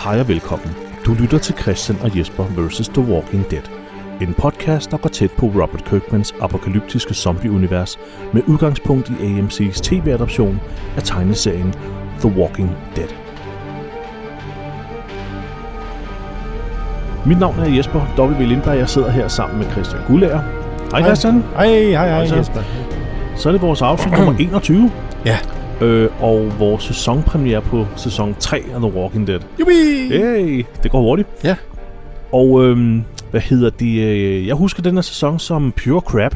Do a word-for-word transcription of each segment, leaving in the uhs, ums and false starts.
Hej og velkommen. Du lytter til Christian og Jesper versus. The Walking Dead. En podcast, der går tæt på Robert Kirkmans apokalyptiske zombie-univers med udgangspunkt i A M C's tv-adaption af tegneserien The Walking Dead. Mit navn er Jesper W. Lindberg. Jeg sidder her sammen med Christian Guldager. Hej Christian. Hej, hej, hej Jesper. Så er det vores afsnit nummer enogtyve. Ja. Øh, og vores sæsonpremiere på sæson tre af The Walking Dead. Jubi! Hey, det går hurtigt. Ja. Og øhm, hvad hedder det? Øh, jeg husker den her sæson som pure crap.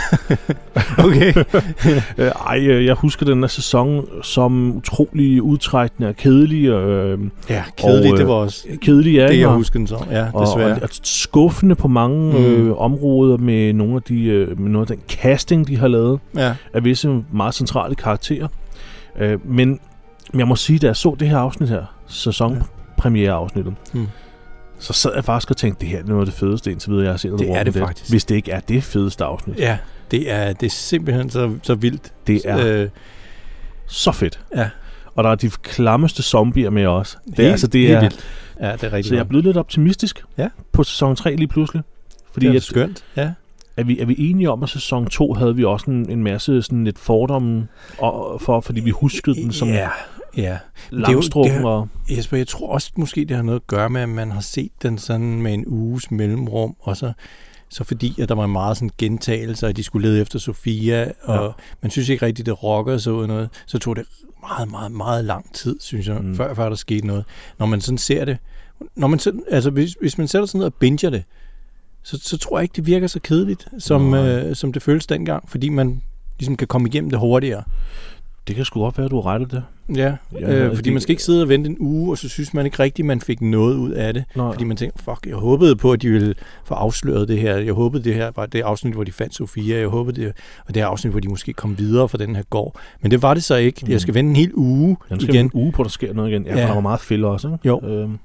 Okay. øh, ej, jeg husker den her sæson som utrolig udtrættende og kedelig. Øh, ja, kedelig, og, øh, det var også kedelig, ja, det, jeg husker den som. Ja, desværre. Og, og, og skuffende på mange mm. øh, områder med nogle af de, øh, med noget af den casting, de har lavet ja. af visse meget centrale karakterer. Øh, men jeg må sige, da jeg så det her afsnit her, sæsonpremiereafsnittet, mm. så sad jeg faktisk og tænkte, det her er noget af det fedeste indtil videre, jeg har set. Det er det faktisk. Hvis det ikke er det fedeste afsnit. Ja, det er, det er simpelthen så, så vildt. Det er øh, så fedt. Ja. Og der er de klammeste zombier med også. Det, helt, altså, det helt er vildt. Ja, det er rigtig. Så jeg er blevet lidt optimistisk ja. på sæson tre lige pludselig. Fordi det er at, skønt, ja. Er vi, er vi enige om, at sæson to havde vi også en, en masse sådan lidt fordomme og, for, fordi vi huskede den som ja, ja. langstrukken? Og Jesper, jeg tror også måske, det har noget at gøre med, at man har set den sådan med en uges mellemrum, og så, så fordi, at der var meget sådan gentagelser, at de skulle lede efter Sofia, og ja. man synes ikke rigtigt, det rocker så ud noget, så tog det meget, meget, meget lang tid, synes jeg, mm. før, før der skete noget. Når man sådan ser det, når man sådan, altså hvis, hvis man sætter sig ned og binger det, Så, så tror jeg ikke, det virker så kedeligt, som, øh, som det føles dengang, fordi man ligesom kan komme igennem det hurtigere. Det kan sgu godt være, at du har rettet det. Ja, ja øh, fordi det, man skal ikke sidde og vente en uge, og så synes man ikke rigtigt, man fik noget ud af det. Nej. Fordi man tænker, fuck, jeg håbede på, at de ville få afsløret det her. Jeg håbede, det her var det afsnit, hvor de fandt Sofia. Jeg håbede, det var det afsnit, hvor de måske kom videre fra den her gård. Men det var det så ikke. Mm. Jeg skal vente en hel uge jeg skal igen. en uge på, der sker noget igen. Ja, ja. Der var meget filler også, ikke? Jo. Øhm.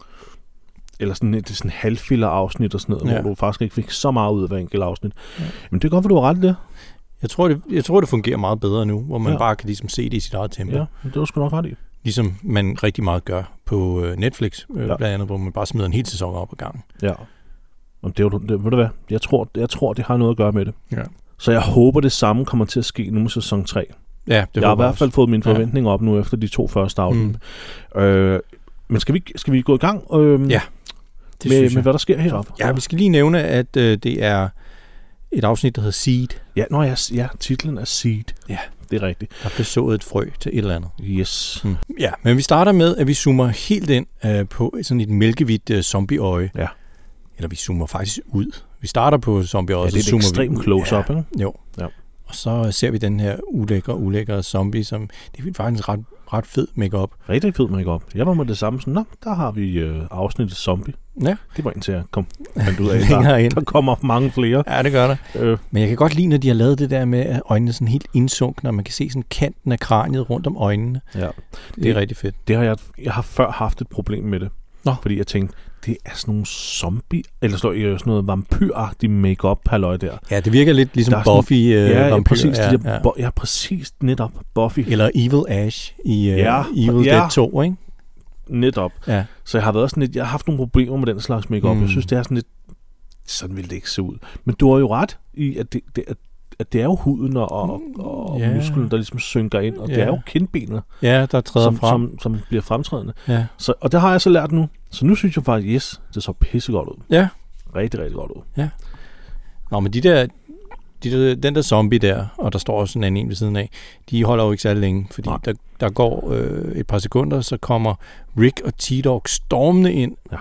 Eller sådan et sådan halvfiller-afsnit og sådan noget, ja. hvor du faktisk ikke fik så meget ud af hver enkelt afsnit. Ja. Men det er godt, at du har ret i det. Jeg tror, det. jeg tror, det fungerer meget bedre nu, hvor man ja. bare kan ligesom se det i sit eget tempo. Ja, det var sgu nok ret i. Ligesom man rigtig meget gør på Netflix, ja. blandt andet, hvor man bare smider en hel sæson op ad gangen. Ja. Jamen, det er jo, det, ved du hvad? Jeg tror, jeg tror, det har noget at gøre med det. Ja. Så jeg håber, det samme kommer til at ske nu med sæson tre. Ja, det jeg har i hvert fald også. fået mine forventninger ja. op nu efter de to første afsnit. Mm. Øh, men skal vi, skal vi gå i gang? Øh, ja. Med, med hvad der sker heroppe. Ja, vi skal lige nævne, at øh, det er et afsnit, der hedder Seed. Ja, nå, ja, ja, titlen er Seed. Ja, det er rigtigt. Der blev sået et frø til et eller andet. Yes. Mm. Ja, men vi starter med, at vi zoomer helt ind øh, på sådan et mælkevidt øh, zombieøje. Ja. Eller vi zoomer faktisk ud. Vi starter på zombieøjet. Ja, det er et ekstremt close-up, ja. ikke? Jo. Ja. Og så ser vi den her ulækre, ulækre zombie, som det er faktisk ret, ret fed make-up. Rigtig fed make-up. Jeg var med det samme sådan, nå, der har vi øh, afsnittet zombie. Ja. Det var indtil jeg kom ud af. Der, der kommer mange flere. Ja, det gør der. Øh. Men jeg kan godt lide, når de har lavet det der med, at øjnene sådan helt indsunkne, og man kan se sådan kanten af kraniet rundt om øjnene. Ja. Det, det er rigtig fedt. Det har jeg, jeg har før haft et problem med det. Nå. Fordi jeg tænkte, det er sådan nogle zombie, eller sådan noget vampyragtig make-up halløj der. Ja, det virker lidt ligesom Buffy øh, ja, vampyr. Præcis, ja, ja. Bo- ja, præcis netop Buffy. Eller Evil Ash i uh, ja, Evil ja. Dead to, ikke? Netop. Ja. Så jeg har været sådan lidt, jeg har haft nogle problemer med den slags make-up. Mm. Jeg synes, det er sådan lidt, sådan vil det ikke se ud. Men du har jo ret i, at det, det, at, at det er jo huden og, og, og yeah. musklen, der ligesom synker ind, og yeah. det er jo kindbenet, ja, der træder som, frem. som, som bliver fremtrædende. Ja. Så, og det har jeg så lært nu. Så nu synes jeg faktisk, yes, det så pissegodt ud. Ja. Rigtig, rigtig godt ud. Ja. Nå, men de der, de der, den der zombie der, og der står også sådan en ved siden af, de holder jo ikke særlig længe, fordi der, der går øh, et par sekunder, så kommer Rick og T-Dog stormende ind. Ja.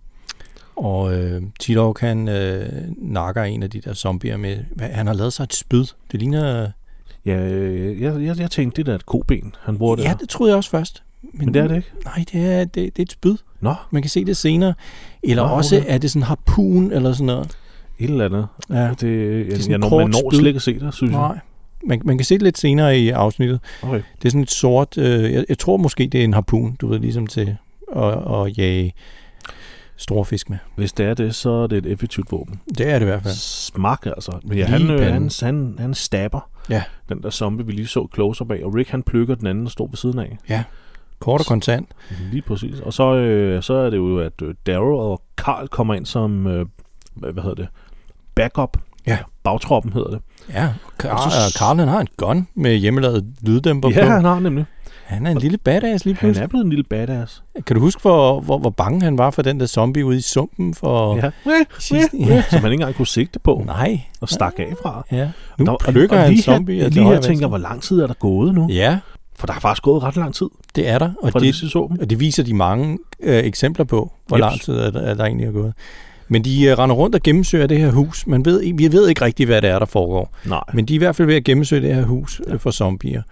Og øh, T-Dog, han øh, nakker en af de der zombier med, han har lavet sig et spyd. Det ligner... Ja, jeg, jeg, jeg tænkte, det der er et koben, han bruger det. Ja, det troede jeg også først. Men, Men det er det ikke? Nej, det er, det, det er et spyd. Nå. Man kan se det senere. Eller Nå, også, okay. er det sådan harpun eller sådan noget. Et eller andet. Ja. Det, det er jeg, jeg når, man når slet ikke at se det, synes Nej. jeg. Man, man kan se det lidt senere i afsnittet. Okay. Det er sådan et sort... Øh, jeg, jeg tror måske, det er en harpun, du ved, ligesom til at, at jage store fisk med. Hvis det er det, så er det et effektivt våben. Det er det i hvert fald. Smak, altså. Men ja, han, øh, han, han, han stabber ja. den der zombie, vi lige så close-up af, og Rick, han plukker den anden, der står ved siden af. Ja. Kort og kontant. Lige præcis. Og så, øh, så er det jo, at øh, Daryl og Carl kommer ind som, øh, hvad hedder det, backup. Ja. Bagtroppen hedder det. Ja, Carl, så, Carl han har en gun med hjemmelavet lyddæmper ja, på. Ja, han har nemlig. Han er en lille badass lige pludselig. Han er blevet en lille badass. Kan du huske, hvor, hvor, hvor bange han var for den der zombie ude i sumpen? For ja. Sidste, ja. Som han ikke engang kunne sigte på. Nej. Og stak af fra. Ja. Nu der, plukker han en zombie. Her, lige her tænker jeg, hvor lang tid er der gået nu? Ja. For der har faktisk gået ret lang tid. Det er der. Og, det, og det viser de mange øh, eksempler på, hvor yep. lang tid er der, er der egentlig er gået. Men de uh, render rundt og gennemsøger det her hus. Man ved, vi ved ikke rigtigt, hvad det er, der foregår. Nej. Men de er i hvert fald ved at gennemsøge det her hus ja. for zombier.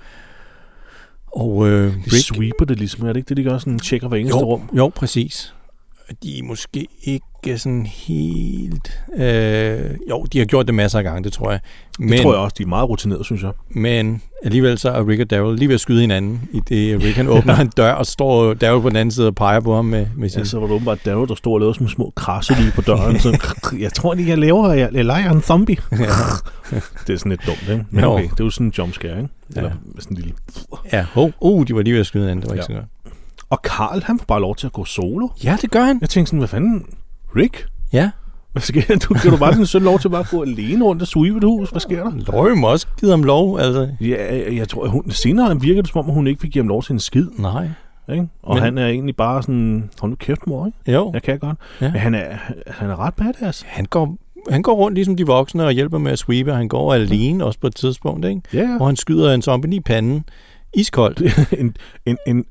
Og øh, de Rick, sweeper det ligesom, er det ikke det, de gør? Sådan tjekker hver eneste jo, rum? Jo, præcis. De er måske ikke sådan helt... Øh, jo, de har gjort det masser af gange, det tror jeg. Men, det tror jeg også, de er meget rutineret, synes jeg. Men alligevel så er Rick og Daryl lige ved at skyde hinanden, i det Rick han åbner en dør, og står Daryl på den anden side og peger på ham med, med sin... Ja, så var det åbenbart Daryl, der stod og lavede sådan små krasse på døren. Så, jeg tror ikke, jeg laver, jeg, jeg leger en zombie. Ja. Det er sådan lidt dumt, ikke? Men okay, det er jo sådan en jumpscare, ikke? Eller ja. sådan en lille... Ja, oh, uh, de var lige ved at skyde hinanden, det var ja. ikke så godt. Og Carl, han får bare lov til at gå solo. Ja, det gør han. Jeg tænkte sådan, hvad fanden? Rick? Ja. Hvad sker der? Du giver du bare sådan sådan lov til at bare gå alene rundt og sweep et hus. Hvad sker der? Laurie må også give ham lov, altså. Ja, jeg, jeg tror, hun, senere virker det som om, hun ikke vil give ham lov til en skid. Nej. Ikke? Og men, han er egentlig bare sådan, hold nu kæft, mor, ikke? Jo. Jeg kan godt. Ja. Men han er, han er ret badass. Han går, han går rundt ligesom de voksne og hjælper med at sweepe. Han går alene også på et tidspunkt, ikke? Ja, ja. Og han skyder en zombie i panden. Iskoldt. en, en, en,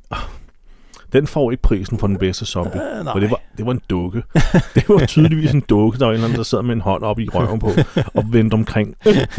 den får ikke prisen for den bedste zombie. Uh, for det var, det var en dukke. Det var tydeligvis en dukke. Der var en eller anden, der sad med en hånd op i røven på og vendte omkring.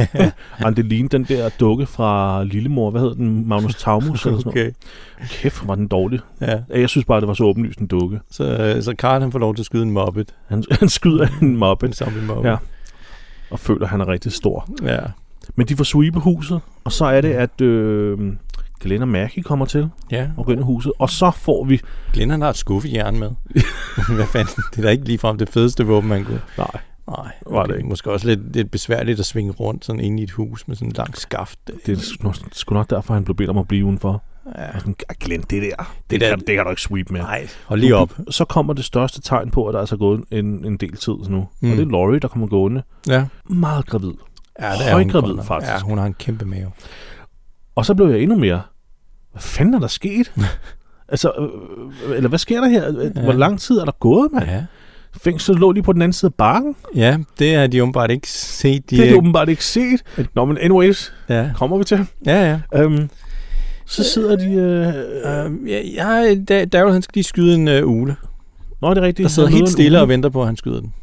Og det lignede den der dukke fra Lillemor. Hvad hed den? Magnus Taunus eller sådan noget. Okay. Kæft, var den dårlig. Ja. Jeg synes bare, det var så åbenlyst en dukke. Så, så Carl, han får lov til at skyde en mobbet. Han, han skyder en mobbet. En zombie mobbet. Ja. Og føler, at han er rigtig stor. Ja. Men de får sweepet huset, og så er det, at... Øh, Glenn og Maggie kommer til ja. og går ind i huset, og så får vi... Glenn han har et skuffejern med. Hvad fanden? Det er da ikke ligefrem det fedeste våben, man kunne. Nej, Nej okay. var det ikke. Måske også lidt, lidt besværligt at svinge rundt sådan inde i et hus med sådan en lang skaft. Det er sgu nok derfor, han blev bedt om at blive udenfor. Ja. Sådan, Glenn, det der, det, det, der, kan, det kan du ikke sweep med. Nej, hold lige op. Så kommer det største tegn på, at der er så gået en, en del tid nu. Mm. Og det er Laurie, der kommer gående. Ja. Meget gravid. Ja, det er Højgravid, faktisk. Ja, hun har en kæmpe mave. Og så blev jeg endnu mere... Hvad fanden er der sket? altså, øh, eller hvad sker der her? Ja. Hvor lang tid er der gået, mand? Ja. Fængslet lå lige på den anden side af bakken. Ja, det har de åbenbart ikke set. De det har de åbenbart ikke set. Nå, men anyways, ja. kommer vi til. Ja, ja. Um, så sidder de... Øh, uh, ja, ja, Daryl, han skal lige skyde en uh, ugle. Nå, det er rigtigt. Der sidder helt stille ugle. Og venter på, at han skyder den.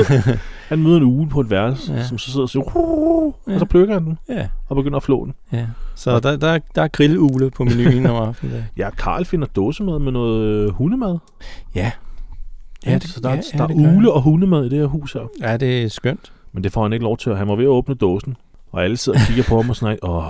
Han møder en ugle på et værelse, ja. som så sidder og siger, ja. og så plukker han den, ja. og begynder at flå den. Ja. Så og der, der, der er grilleugle på menuen om aftenen. Ja, Carl finder dåsemad med noget øh, hundemad. Ja. Ja, det, så der, ja, der, der ja, er ugle og hundemad i det her hus her. Ja, det er skønt. Men det får han ikke lov til. Han var ved at åbne dåsen, og alle sidder og kigger på ham og sådan, åh,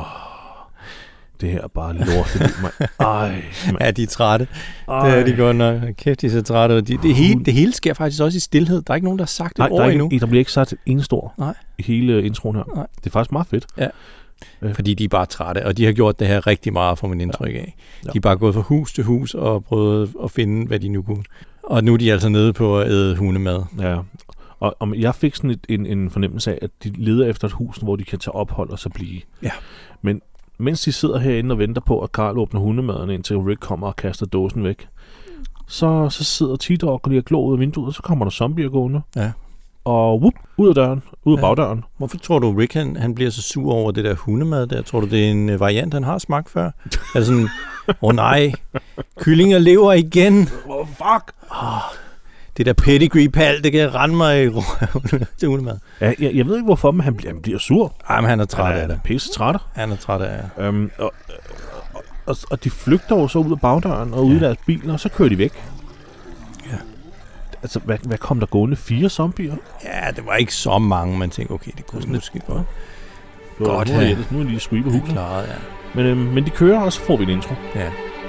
det her er bare lort. Ej, ja, de er trætte. Ej. Det er de godt nok. Kæft, de er så trætte. De, det, hele, det hele sker faktisk også i stilhed. Der er ikke nogen, der har sagt det ord endnu. Nej, der bliver ikke sagt et eneste ord Nej. i hele introen her. Nej. Det er faktisk meget fedt. Ja. Øh. Fordi de er bare trætte, og de har gjort det her rigtig meget for min indtryk af. Ja. De er bare gået fra hus til hus og prøvet at finde, hvad de nu kunne. Og nu er de altså nede på at æde hundemad. Ja, og, og jeg fik sådan et, en, en fornemmelse af, at de leder efter et hus, hvor de kan tage ophold og så blive. Ja. Men mens de sidder herinde og venter på, at Carl åbner hundemaden, indtil Rick kommer og kaster dåsen væk, så, så sidder T-Dog lige og glor ud af vinduet, og så kommer der zombier gående. Ja. Og whoop, ud af døren, ud af ja. bagdøren. Hvorfor tror du, Rick han, han bliver så sur over det der hundemad der? Tror du, det er en variant, han har smagt før? Altså sådan, åh oh, nej, kyllinger lever igen. Oh, fuck. Oh, det der pedigree-pal, det kan rende mig i røven til hundemad. Ja, jeg, jeg ved ikke hvorfor, men han bliver, han bliver sur. Ej, men han er træt af det. Han er pisse træt. Han er træt af det. Um, og, og, og de flygter jo så ud af bagdøren og ud af ja. deres biler, og så kører de væk. Ja. Altså, hvad, hvad kom der gående? Fire zombier? Ja, det var ikke så mange, man tænkte, okay, det kunne måske godt. Godt, nu, ja. Nu er de lige sweeper huset. Klaret, ja. Men, øhm, men de kører, og så får vi en intro. Ja.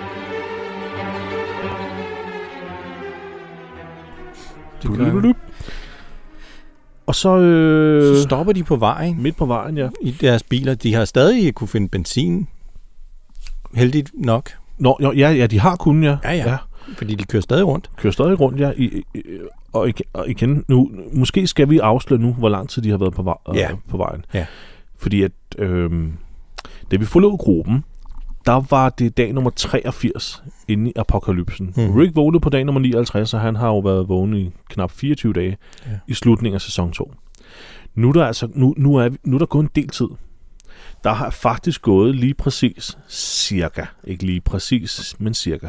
Det og så, øh, så stopper de på vejen. Midt på vejen, ja. I deres biler. De har stadig kunne finde benzin. Heldigt nok. Nå, jo, ja, ja, de har kun, ja. Ja, ja. ja. Fordi de kører stadig rundt. Kører stadig rundt, ja. I, i, og, igen, og igen, nu, måske skal vi afsløre nu, hvor lang tid de har været på, vej, ja. øh, på vejen. Ja. Fordi at, øh, da vi forlod gruppen, der var det dag nummer treogfirs inde i apokalypsen. Mm. Rick vågnede på dag nummer nioghalvtreds, og han har jo været vågen i knap fireogtyve dage ja. i slutningen af sæson to. Nu er der, altså, nu, nu er, nu er der gået en del tid. Der har faktisk gået lige præcis, cirka, ikke lige præcis, men cirka,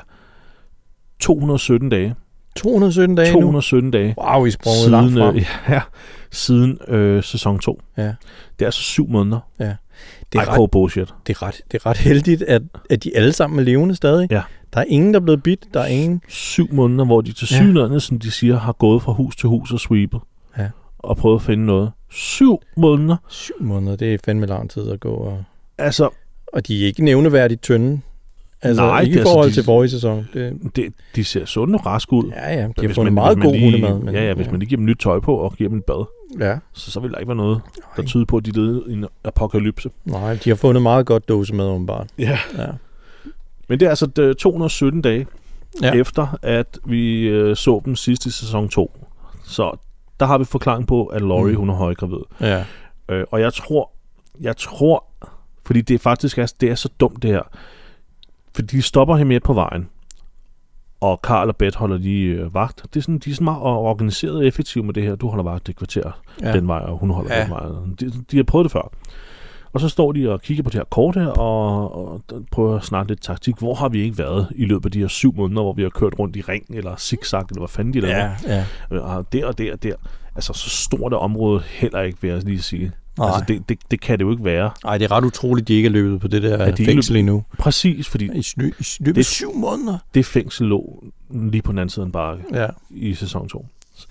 to hundrede og sytten dage. to hundrede og sytten dage to hundrede og sytten nu? dage. Wow, I sprunget langt frem. Øh, ja, siden øh, sæson to. Ja. Det er altså syv måneder. Ja. Det er, I call bullshit. Det er ret, det er ret heldigt, at, at de alle sammen er levende stadig. Ja. Der er ingen, der er blevet bidt. Der er ingen... Syv måneder, hvor de til syvende, ja. som de siger, har gået fra hus til hus og sweepet. Ja. Og prøvet at finde noget. Syv måneder. Syv måneder, det er fandme lang tid at gå. Og, altså, og de er ikke nævneværdigt tynde. Altså, nej, ikke i det, forhold altså, til forrige sæson. Det... Det, de ser sunde og raske ud. Ja, ja. De har hvis fået man, meget god lige, hundemad. Men, ja, ja, hvis ja. man lige giver dem nyt tøj på og giver dem et bad, ja. så, så vil der ikke være noget, der tyder på, at de levede i en apokalypse. Nej, de har fundet meget godt dose med, åbenbart. Ja. ja. Men det er altså to hundrede og sytten dage ja. efter, at vi øh, så dem sidst i sæson to. Så der har vi forklaring på, at Laurie, mm. hun er højgravid. Ja. Øh, og jeg tror, jeg tror, fordi det faktisk er, det er så dumt det her, fordi de stopper hende med på vejen, og Carl og Beth holder lige øh, vagt. Det er sådan, de er sådan meget organiseret og effektive med det her. Du holder vagt det kvarter ja. den vej, og hun holder ja. den vej. De, de har prøvet det før. Og så står de og kigger på det her kort her, og, og prøver at snakke lidt taktik. Hvor har vi ikke været i løbet af de her syv måneder, hvor vi har kørt rundt i ring, eller zigzag, eller hvad fanden de laver? Ja, ja. Og der og der og der. Altså, så stort er området heller ikke, vil jeg lige sige. Nej. Altså, det, det, det kan det jo ikke være. Nej, det er ret utroligt, de ikke er løbet på det der er de fængsel endnu. Præcis, fordi... I, sny, i løbet af syv måneder? Det fængsel lå lige på den anden side af en bakke ja. i sæson to.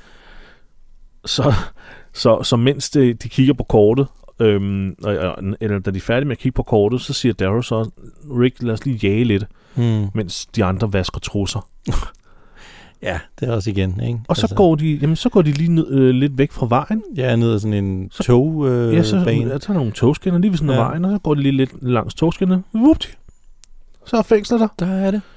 Så, så, så mens de, de kigger på kortet, øhm, eller da de er færdige med at kigge på kortet, så siger Darrow så, Rick, lad os lige jage lidt, hmm. mens de andre vasker trusser. Ja, det er også igen, ikke? Og så altså. går de, jamen så går de lige ned, øh, lidt væk fra vejen. Ja, ned ad sådan en togbane. Øh, ja, så der tager nogle togskinner lige ved sådan en ja. vejen, og så går de lige lidt langs togskinner. Whoopty. Så er fængslet der. Der er det.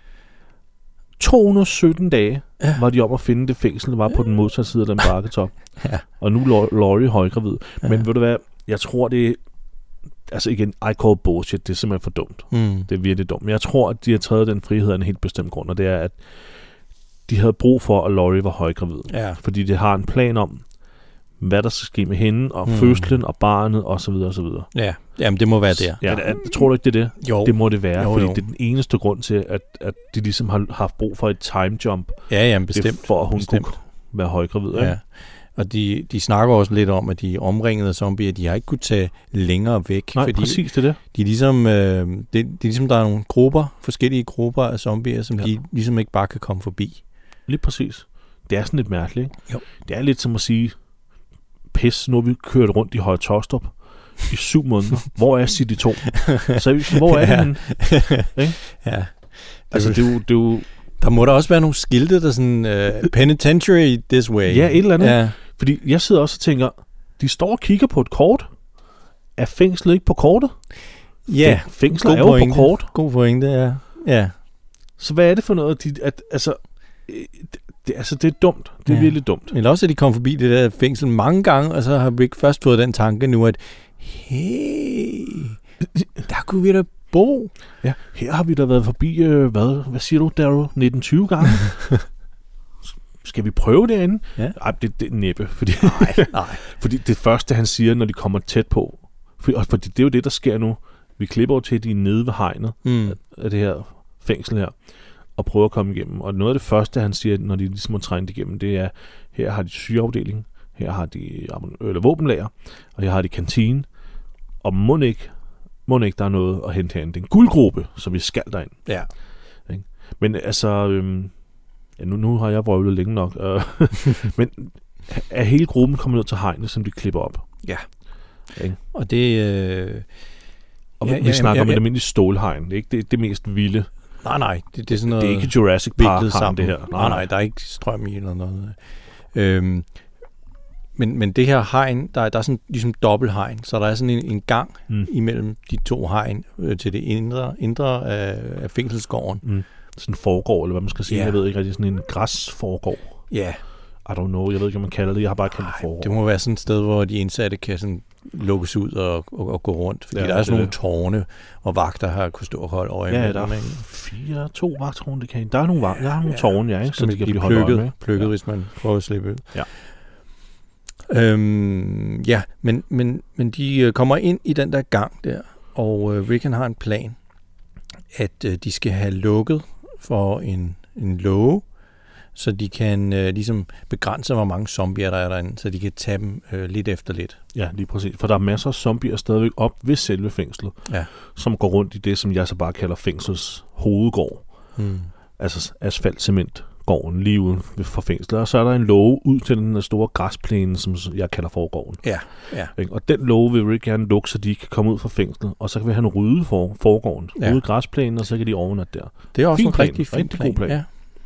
to hundrede og sytten dage ja. var de om at finde det fængsel, der var på den modsatte side af den bakketop. ja. Og nu er Laurie højgravid. Ja. Men ved du hvad, jeg tror det, altså igen, I call bullshit, det er simpelthen for dumt. Mm. Det er virkelig dumt. Men jeg tror, at de har taget den frihed af en helt bestemt grund, og det er, at de havde brug for, at Laurie var højgravid. Ja. Fordi det har en plan om, hvad der skal ske med hende, og mm. fødslen, og barnet, og så videre, og så videre. Ja, jamen det må være der. Ja, det, tror du ikke, det er det? Jo. Det må det være, jo, fordi jo. det er den eneste grund til, at, at de ligesom har haft brug for et time jump. Ja, jamen bestemt. Det for, at hun bestemt. kunne være højgravid. Ja. Ikke? Og de, de snakker også lidt om, at de er omringet af zombier, de har ikke kunnet tage længere væk. Nej, fordi præcis det er det. De er ligesom, øh, det, det er ligesom, der er nogle grupper, forskellige grupper af zombier, som ja. de ligesom ikke bare kan komme forbi. Lige præcis. Det er sådan lidt mærkeligt, ikke? Jo. Det er lidt som at sige, pis, nu har vi kørt rundt i Høje Taastrup i syv måneder. Hvor er City to? Seriøst, hvor er ja. den? Ikke? Ja. Altså, det er jo... Det er jo der må der også være nogle skilte, der sådan, uh, penitentiary this way. Ja, et eller andet. Ja. Fordi jeg sidder også og tænker, de står og kigger på et kort. Er fængslet ikke på kortet? Ja. Fængslet er jo pointe. På kort. God pointe, ja. ja. Så hvad er det for noget? De, at, altså, det, det, altså, det er dumt. Det er ja. virkelig dumt. Eller også, at de kom forbi det der fængsel mange gange, og så har Rick først fået den tanke nu, at hey, der kunne vi da bo. Ja, her har vi da været forbi, øh, hvad, hvad siger du, Darrow? nitten tyve gange? Skal vi prøve derinde? Ja. Ej, det, det er næppe. Fordi, nej, nej. fordi det første, han siger, når de kommer tæt på, fordi, og fordi det er jo det, der sker nu. Vi klipper jo til, at de er nede ved hegnet mm. af det her fængsel her, og prøver at komme igennem. Og noget af det første, han siger, når de ligesom er trængt igennem, det er, her har de sygeafdeling, her har de eller våbenlager, og her har de kantine, og må ikke, må ikke der er noget at hente herinde. Det er en guldgruppe, så vi skal derind. Ja. Men altså, øhm, ja, nu, nu har jeg vrøvlet længe nok, øh, men er hele gruppen kommet ned til hegnet, som de klipper op? Ja. Ikke? Og det... Øh Og ja, vi ja, snakker ja, om ja. et almindeligt stålhegn. Det er ikke det, det mest vilde. Nej, nej. Det, det er sådan noget... Det er ikke Jurassic Park-hegn, det her. Nej, nej, der er ikke strøm i eller noget. Øhm, men, men det her hegn, der, der er sådan ligesom dobbelthegn, så der er sådan en, en gang mm. imellem de to hegn øh, til det indre, indre af, af fængselsgården. Mm. Sådan en forgård, eller hvad man skal sige. Yeah. Jeg ved ikke rigtig, sådan en græsforgård. Ja. Yeah. I don't know, jeg ved ikke, hvad man kalder det. Jeg har bare kaldt det forgård. Det må være sådan et sted, hvor de indsatte kan sådan lukkes ud og, og, og gå rundt. Fordi ja, der er sådan nogle tårne, og vagter har kunnet stå og holde øje med. Ja, der er fire, to vagter rundt i kagen. Der er nogle, vagter, der er nogle ja, tårne, ja, ikke? Så, så de kan blive holdt øje med. Plukket, ja. Hvis man prøver at slippe ud. Ja. Øhm, ja, men, men, men de kommer ind i den der gang der, og uh, Rickon har en plan, at uh, de skal have lukket for en, en låge, så de kan uh, ligesom begrænse, hvor mange zombier der er derinde, så de kan tage dem uh, lidt efter lidt. Ja, lige præcis. For der er masser af zombier stadigvæk op ved selve fængslet, ja. Som går rundt i det, som jeg så bare kalder fængslets hovedgård. Hmm. Altså asfaltcement. Gården lige uden for fængslet, og så er der en låge ud til den store græsplæne, som jeg kalder forgården. Ja, ja. Og den låge vil Rick gerne lukke, så de kan komme ud fra fængslet, og så kan vi have en rydde for forgården, ja. Ude i græsplænen, og så kan de overnatte der. Det er også fin en plan. rigtig fin plan. plan.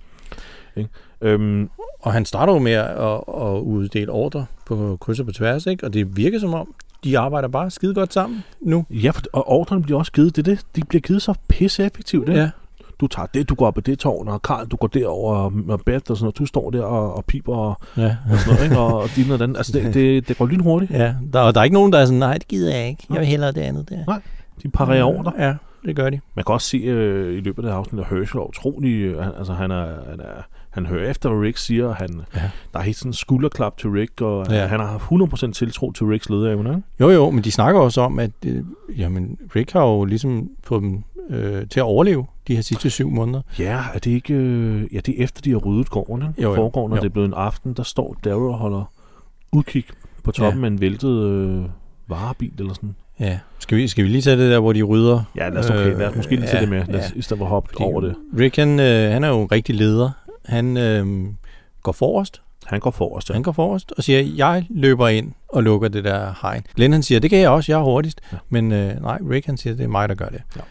Ja. Øhm, og han starter jo med at, at uddele ordre på kryds og på tværs, ikke? Og det virker som om, de arbejder bare skide godt sammen nu. Ja, og ordrene bliver også givet. Det er det. De bliver givet så pisse effektivt, ikke? Ja. Du tager det, du går op i det tårn, og Karl, du går derover med Beth og sådan noget. Du står der og, og piber og, ja. Og sådan noget, ikke? Og, og din og den. Altså, det, det, det går lynhurtigt. Ja, der, der er ikke nogen, der er sådan, nej, det gider jeg ikke. Jeg vil hellere det andet der. Nej, de parerer ja, over dig. Ja, det gør de. Man kan også se øh, i løbet af afsnit, at Herschel er utrolig, øh, altså han er, han er, han hører efter, hvad Rick siger, og han, ja. Der er helt sådan en skulderklap til Rick, og ja. Han har hundrede procent tiltro til Ricks lederevne, ikke? Jo, jo, men de snakker også om, at øh, jamen, Rick har jo ligesom fået dem øh, til at overleve de her sidste syv måneder. Ja, er det ikke... Øh, ja, det er efter, de har ryddet gården, ikke? Jo, jo. Forgården, når det er blevet en aften, der står Daryl og holder udkig på toppen ja. Af en væltet øh, varebil eller sådan. Ja. Skal vi, skal vi lige tage det der, hvor de rydder? Ja, lad os, okay. lad os måske lige tage ja, det med, lad os, ja. I stedet for at hoppe Fordi over det. Rick, han, øh, han er jo en rigtig leder. Han øh, går forrest. Han går forrest, ja. Han går forrest og siger, jeg løber ind og lukker det der hegn. Glenn, han siger, det kan jeg også, jeg er hurtigst. Ja. Men øh, nej, Rick, han siger, det er mig, der gør det. Ja.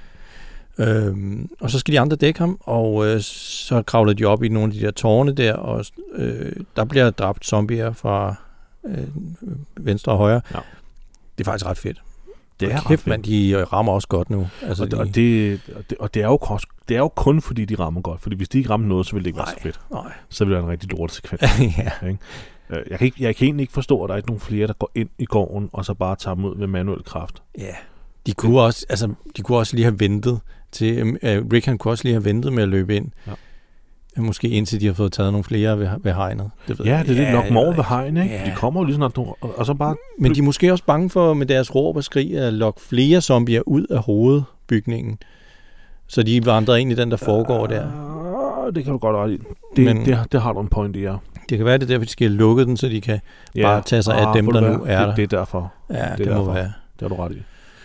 Øhm, og så skal de andre dække ham, og øh, så kravler de op i nogle af de der tårne der, og øh, der bliver dræbt zombier fra øh, venstre og højre. Ja. Det er faktisk ret fedt. Det er kæft, man, de rammer også godt nu. Altså, og, det, de... og, det, og, det, og det, er jo, det er jo kun fordi, de rammer godt. Fordi hvis de ikke rammer noget, så vil det ikke nej, være så fedt. Nej. Så vil det være en rigtig lort sekvens. Ja. Ikke? Jeg, kan ikke, jeg kan egentlig ikke forstå, at der er ikke nogen flere, der går ind i gården, og så bare tager dem ud med manuel kraft. Ja. De kunne, også, altså, de kunne også lige have ventet til... Uh, Rick han kunne også lige have ventet med at løbe ind. Ja. Måske indtil de har fået taget nogle flere ved, ved hegnet. Det ved ja, det er det. Ja, nok more ved hegnet, ikke? Ja. De kommer jo lige snart, og, og så bare... Men de er måske også bange for, med deres råb og skrig, at lokke flere zombier ud af hovedbygningen. Så de vandrer ind i den, der foregår uh, der. Det kan du godt ret i. Det, Men, det, det har du en point i, ja. Det kan være, det er derfor, de skal lukke den, så de kan ja. Bare tage sig af ah, dem, der nu er det, der. Det er derfor. Ja, det, det, det må være. Det har du ret i.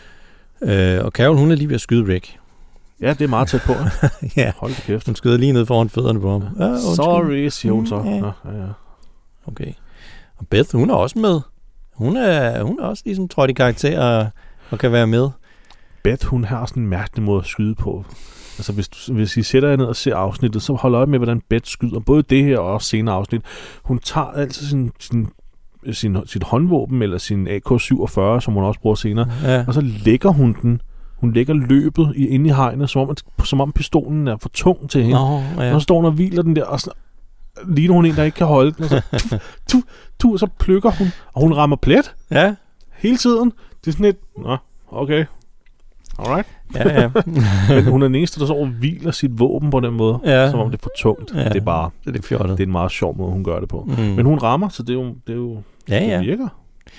Øh, og Carol, hun er lige ved at skyde Rick. Ja, det er meget tæt på. Ja. Hold da kæft. Hun skyder lige ned foran fødderne på ham. Ja. Ja, sorry, siger hun så. Ja. Ja, ja. Okay. Og Beth, hun er også med. Hun er, hun er også ligesom trådt i karakter og, og kan være med. Beth, hun har sådan en mærkelig måde at skyde på. Altså, hvis, du, hvis I sætter jer ned og ser afsnittet, så hold øje med, hvordan Beth skyder. Både det her og også senere afsnit. Hun tager altid sin... sin Sin, sit håndvåben, eller sin A K syvogfyrre, som hun også bruger senere, ja. Og så lægger hun den, hun lægger løbet i, inde i hegnet, som om, at, som om pistolen er for tung til hende. Oh, ja. Og så står hun og hviler den der, og så ligner hun en, der ikke kan holde den, og så, tu, tu, tu, og så plukker hun, og hun rammer plet. Ja. Hele tiden. Det er sådan et, nå, okay. Alright. Ja, ja. Men hun er den eneste, der så og hviler sit våben på den måde, ja. Som om det er for tungt. Ja. Det er bare, det er, fjortet. Det er en meget sjov måde, hun gør det på. Mm. Men hun rammer, så det er jo, det er jo ja, ja. Det virker.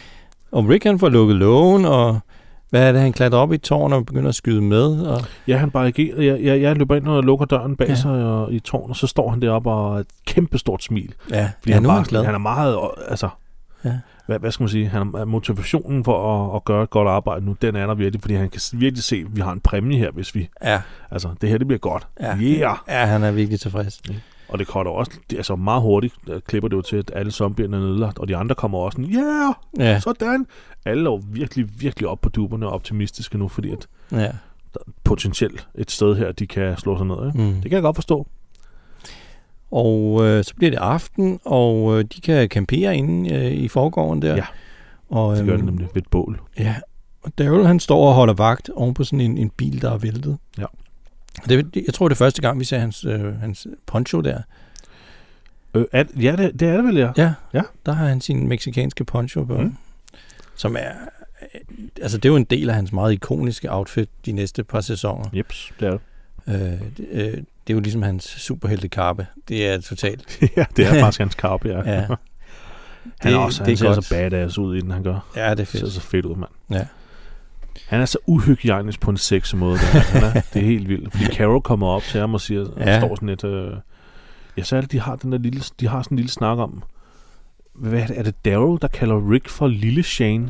Og Rick han får lukket lågen, og hvad er det, han klatrer op i tårnet og begynder at skyde med? Og... Ja, han barrikerer. Jeg, jeg, jeg løber ind og lukker døren bag ja. Sig og, i tårnet, og så står han deroppe og et kæmpestort smil. Ja, fordi ja han, nu bare, er han glad. Han er meget, altså... Ja. Hvad, hvad skal man sige? Han er, motivationen for at, at gøre et godt arbejde nu, den er der virkelig, fordi han kan virkelig se, at vi har en præmie her, hvis vi... Ja. Altså, det her, det bliver godt. Ja, yeah. ja han er virkelig tilfreds. Ja. Og det kommer også, det, altså meget hurtigt, der klipper det jo til, at alle zombierne er nedlagt, og de andre kommer også sådan, yeah, ja, sådan. Alle er jo virkelig, virkelig op på duberne og optimistiske nu, fordi at ja. Der er potentielt et sted her, de kan slå sig ned. Ikke? Mm. Det kan jeg godt forstå. Og øh, så bliver det aften, og øh, de kan campere inde øh, i forgården der. Ja, og, det gør øh, det nemlig ved et bål. Ja, og Daryl han står og holder vagt oven på sådan en, en bil, der er væltet. Ja. Det, jeg tror, det er første gang, vi ser hans, øh, hans poncho der. Øh, er, ja, det, det er det vel, ja. Ja, ja. Der har han sin mexikanske poncho på, mm. som er... Altså, det er jo en del af hans meget ikoniske outfit de næste par sæsoner. Jeps, det er det. Øh, det, øh, det er jo ligesom hans superheltekappe. Det er totalt... ja, det er faktisk hans kappe, ja. ja. Han er også, det han er ser godt. så badass ud, inden han gør. Ja, det er fedt. Det ser så fedt ud, mand. Ja. Han er så uhygiejnisk på en sexy måde. Der. Han er, det er helt vildt. Fordi Carol kommer op til ham og siger, ja. og står sådan lidt... Øh, ja, så er det, de har, den der lille, de har sådan en lille snak om... Hvad er det? Er det Daryl, der kalder Rick for Lille Shane?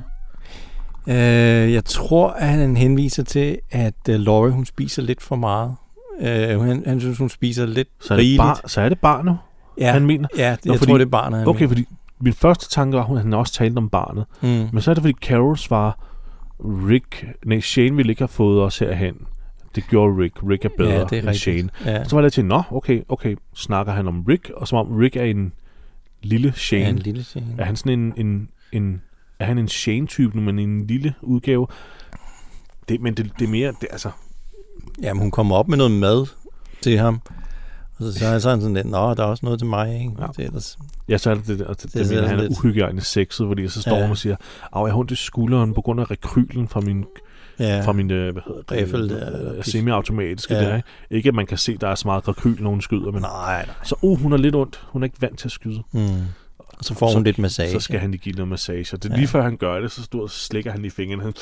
Øh, jeg tror, at han henviser til, at uh, Laurie, hun spiser lidt for meget. Øh, han, han synes, hun spiser lidt så er det rigeligt. Bar, så er det barnet, ja. han mener? Ja, det, Nå, jeg fordi, tror, det er barnet, han Okay, mener. fordi min første tanke var, at han også talte om barnet. Mm. Men så er det, fordi Carol svarer, Rick... Nej, Shane ville ikke have fået os herhen. Det gjorde Rick. Rick er bedre ja, det er end rigtigt. Shane. Ja. Så var jeg til, nå, okay, okay, snakker han om Rick, og som om Rick er en lille Shane. Ja, en lille Shane. Er han sådan en... en, en er han en Shane-type, men en lille udgave? Det, men det, det er mere... Det, altså... Jamen, hun kommer op med noget mad til ham. Og så, så er han sådan lidt, nå, der er også noget til mig, ikke? Ja, det er ellers... ja så er det det, og det, det, det det mener, han er lidt... uhygiejnisk sexet, fordi så står ja. hun og siger, af, jeg har ondt i skulderen på grund af rekrylen fra min... Ja. Fra min, hvad hedder det, Riffel, der, semi-automatiske ja. der, ikke? Ikke at man kan se, der er så meget rekyl, når hun skyder, men nej, nej. så uh, hun er lidt ondt. Hun er ikke vant til at skyde. Mm. Og så får hun så, lidt massage. Så skal han lige give noget massage. Og det er ja. lige før han gør det, så står og slikker han lige fingrene. Han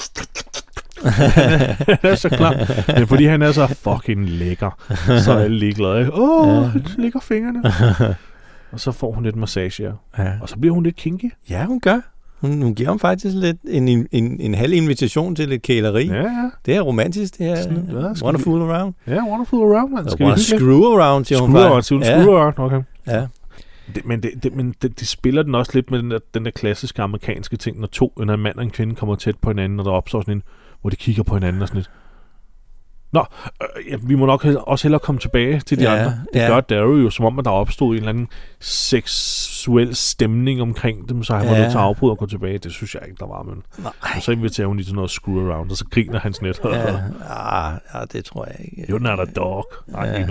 han er så klam. Men fordi han er så fucking lækker, så er alle ligeglade. Ikke? Åh, oh, han slikker fingrene. Og så får hun lidt massage, ja. Og så bliver hun lidt kinky. Ja, hun gør. Hun, hun giver ham faktisk lidt en, en, en halv invitation til lidt kæleri. Ja, ja. Det er romantisk, det her. Sådan, ja, wanna fool around. Ja, wanna fool around, man. Skal wanna screw around, siger hun Screw around, siger hun. ja. Screw around, okay. Ja. Det, men det, det, men det, de spiller den også lidt med den der, den der klassiske amerikanske ting, når to, når en mand og en kvinde kommer tæt på hinanden, og der opstår sådan en, hvor de kigger på hinanden og sådan lidt. Nå, øh, ja, vi må nok også hellere komme tilbage til de ja, andre. Det ja. gør Daryl jo, som om at der opstod en eller anden seksuel stemning omkring dem, så han ja. var nødt til at afbryde og gå tilbage. Det synes jeg ikke, der var, men... Nej. Og så inviterer hun lige til noget screw around, og så griner han sådan lidt. Ja, ah, ja, det tror jeg ikke. You're not a dog. Nej, ja.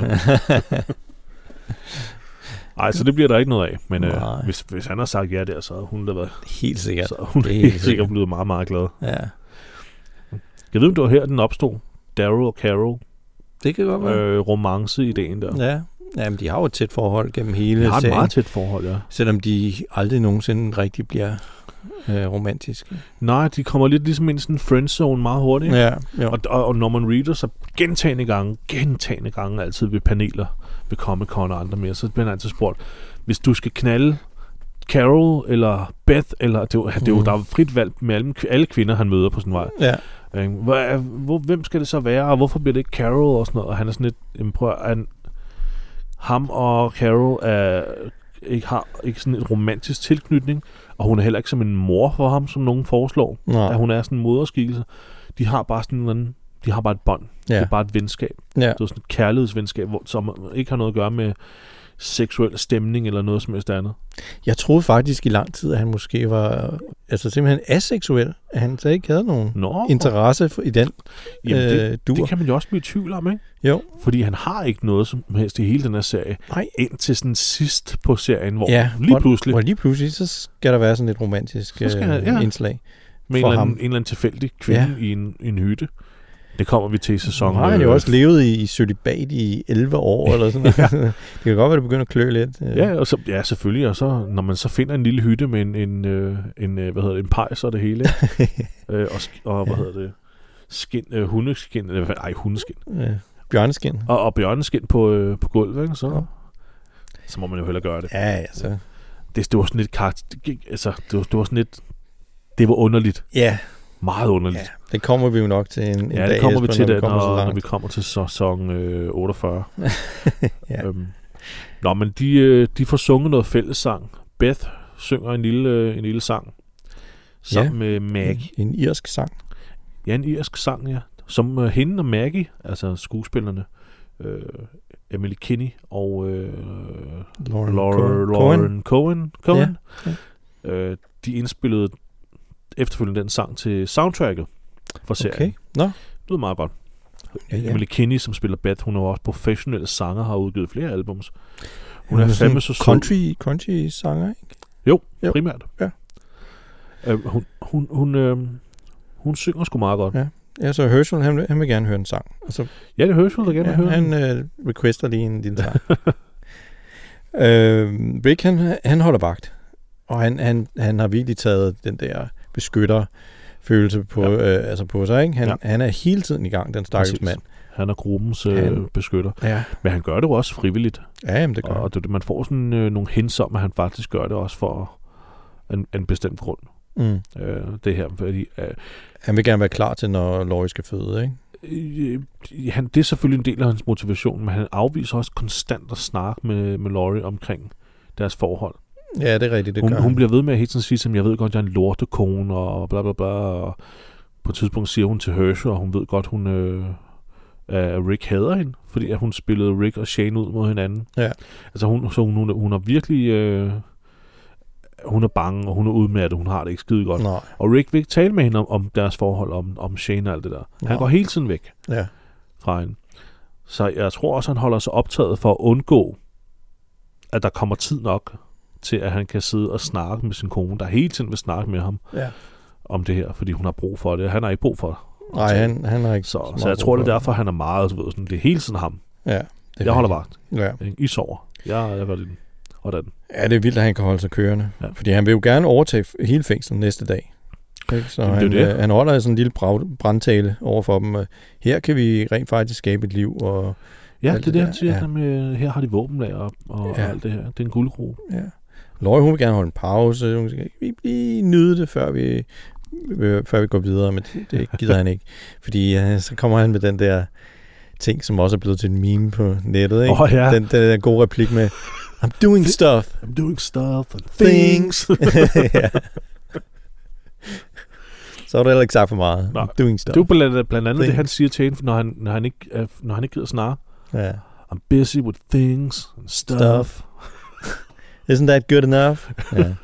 Nej, så det bliver der ikke noget af. Men øh, hvis, hvis han har sagt ja der, så har hun da været... Helt sikkert. Så hun er helt, helt sikkert blevet meget, meget glad. Ja. Jeg ved, om det var her, den opstod. Daryl og Carol. Det kan godt være. Øh, romance-ideen der. Ja. Jamen, de har jo et tæt forhold gennem hele serien. De har et meget tæt forhold, ja. Selvom de aldrig nogensinde rigtig bliver øh, romantiske. Nej, de kommer lidt ligesom ind i sådan en friendzone meget hurtigt. Ja, og, og, og Norman Reedus så gentagende gange, gentagende gange altid ved paneler ved Comic-Con og andre mere, så bliver han altid spurgt, hvis du skal knalde Carol eller Beth, eller det er jo, det er jo, der er frit valg med alle, alle kvinder, han møder på sin vej. Ja. Hvor, hvor, hvem skal det så være, og hvorfor bliver det ikke Carol og sådan noget? Og han er sådan lidt, jamen, prøv, han, ham og Carol er, ikke har ikke sådan en romantisk tilknytning, og hun er heller ikke som en mor for ham, som nogen foreslår. Nej. At hun er sådan en moderskikkelse. De har bare sådan en anden, de har bare et bånd. Ja. Det er bare et venskab. Ja. Det er sådan et kærlighedsvenskab, hvor, som ikke har noget at gøre med seksuel stemning eller noget som helst andet. Jeg troede faktisk i lang tid, at han måske var altså simpelthen aseksuel. At han så ikke havde nogen Nå, interesse for, i den jamen det, øh, dur. det kan man jo også blive i tvivl om, ikke? Jo. Fordi han har ikke noget som helst i hele den her serie. Nej. Indtil sådan sidst på serien, hvor ja, lige pludselig... Hvor lige pludselig, så skal der være sådan et romantisk øh, ja. indslag med en for eller, ham. anden, en eller anden tilfældig kvinde ja. i en, i en hytte. Det kommer vi til i sæsonen. Nej, han har jo også levet i cølibat i elleve år, eller sådan noget. Det kan godt være, det begynder at klø lidt. Ja, og så, ja, selvfølgelig. Og så, når man så finder en lille hytte med en, en, en, en hvad hedder det, en pejs og det hele, øh, og, og, hvad hedder det, skin, øh, hundeskin, eller, ej, hundeskin. Ja, bjørneskin. Og, og bjørneskin på, øh, på gulvet, ikke? Så, ja. så må man jo hellere gøre det. Ja, ja, så. Det, det var sådan lidt karakter, altså, det var, det var sådan lidt, det var underligt. Ja. Meget underligt. Ja, det kommer vi jo nok til en, en ja, dag. Ja, det kommer vi til, når, det, når, når vi kommer til sæson øh, otteogfyrre. ja. øhm. Nå, men de, øh, de får sunget noget fællessang. Beth synger en lille, øh, en lille sang sammen ja. med Maggie. En, en irsk sang. Ja, en irsk sang, ja. Som øh, hende og Maggie, altså skuespillerne, øh, Emily Kinney og øh, Lauren, Lauren, Lauren Cohen. Cohen. Ja. Ja. Øh, de indspillede efterfølgende den sang til soundtracket for serien. Okay. Nå. Det lyder meget godt. Ja, ja. Emily Kinney, som spiller Beth, hun er også professionelle sanger, har udgivet flere albums. Hun, hun er, er fandme så sød. Country, country sanger, ikke? Jo, jo. primært. Ja. Øh, hun, hun, hun, øh, hun synger sgu meget godt. Ja. Ja, så Herschel, han vil, han vil gerne høre en sang. Altså, ja, det er Herschel, der gerne ja, vil høre han øh, requester lige en din sang. øh, Rick, han, han holder vagt. Og han, han, han har virkelig taget den der beskytter følelse på, ja. øh, altså på sig, ikke? Han, ja. han er hele tiden i gang, den stakkels mand. Han er gruppens øh, han, beskytter. Ja. Men han gør det jo også frivilligt. Ja, jamen det gør og det, man får sådan øh, nogle hints om, at han faktisk gør det også for en, en bestemt grund. Mm. Øh, det her, fordi... Øh, han vil gerne være klar til, når Laurie skal føde, ikke? Øh, han, det er selvfølgelig en del af hans motivation, men han afviser også konstant at snakke med, med Laurie omkring deres forhold. Ja, det er rigtigt, det hun, gør hun bliver ved med at hele tiden sige, som jeg ved godt, jeg er en lortekone, og bla bla bla, og på et tidspunkt siger hun til Herschel, og hun ved godt, hun øh, at Rick hader hende, fordi at hun spillede Rick og Shane ud mod hinanden. Ja. Altså hun, så hun, hun, hun er virkelig, øh, hun er bange, og hun er udmattet, hun har det ikke skide godt. Nej. Og Rick vil ikke tale med hende om, om deres forhold, om, om Shane og alt det der. Nej. Han går hele tiden væk ja. fra hende. Så jeg tror også, han holder sig optaget for at undgå, at der kommer tid nok til, at han kan sidde og snakke med sin kone, der hele tiden vil snakke med ham ja. om det her, fordi hun har brug for det. Han har ikke brug for det. Nej, han, han har ikke så, så, så jeg tror, det er derfor, han er meget, du ved, sådan, det er hele tiden ham. Ja, det jeg holder vagt. Ja. I sover. Jeg, jeg gør det. Og den. Ja, det er vildt, at han kan holde sig kørende. Ja. Fordi han vil jo gerne overtage hele fængslet næste dag. Ikke? Så Jamen, han, det det. han holder sådan en lille brandtale over for dem. Her kan vi rent faktisk skabe et liv. Og ja, det er det, han siger. Ja. Med, her har de våbenlager og, og ja. alt det her. Det er en guldgrue. Ja. Laurie, hun vil gerne holde en pause. Hun skal lige nyde det, før vi, før vi går videre. Men det, det gider han ikke. Fordi ja, så kommer han med den der ting, som også er blevet til en meme på nettet. Ikke? Oh, ja. den, den der gode replik med I'm doing stuff. I'm doing stuff and things. ja. Så har du heller ikke sagt for meget. Nå, I'm doing stuff. Det er jo blandt, blandt andet things. Det, han siger til hende, når han, når han ikke, når han ikke gider snakke. Ja. I'm busy with things and stuff. stuff. Isn't that good enough? Ja.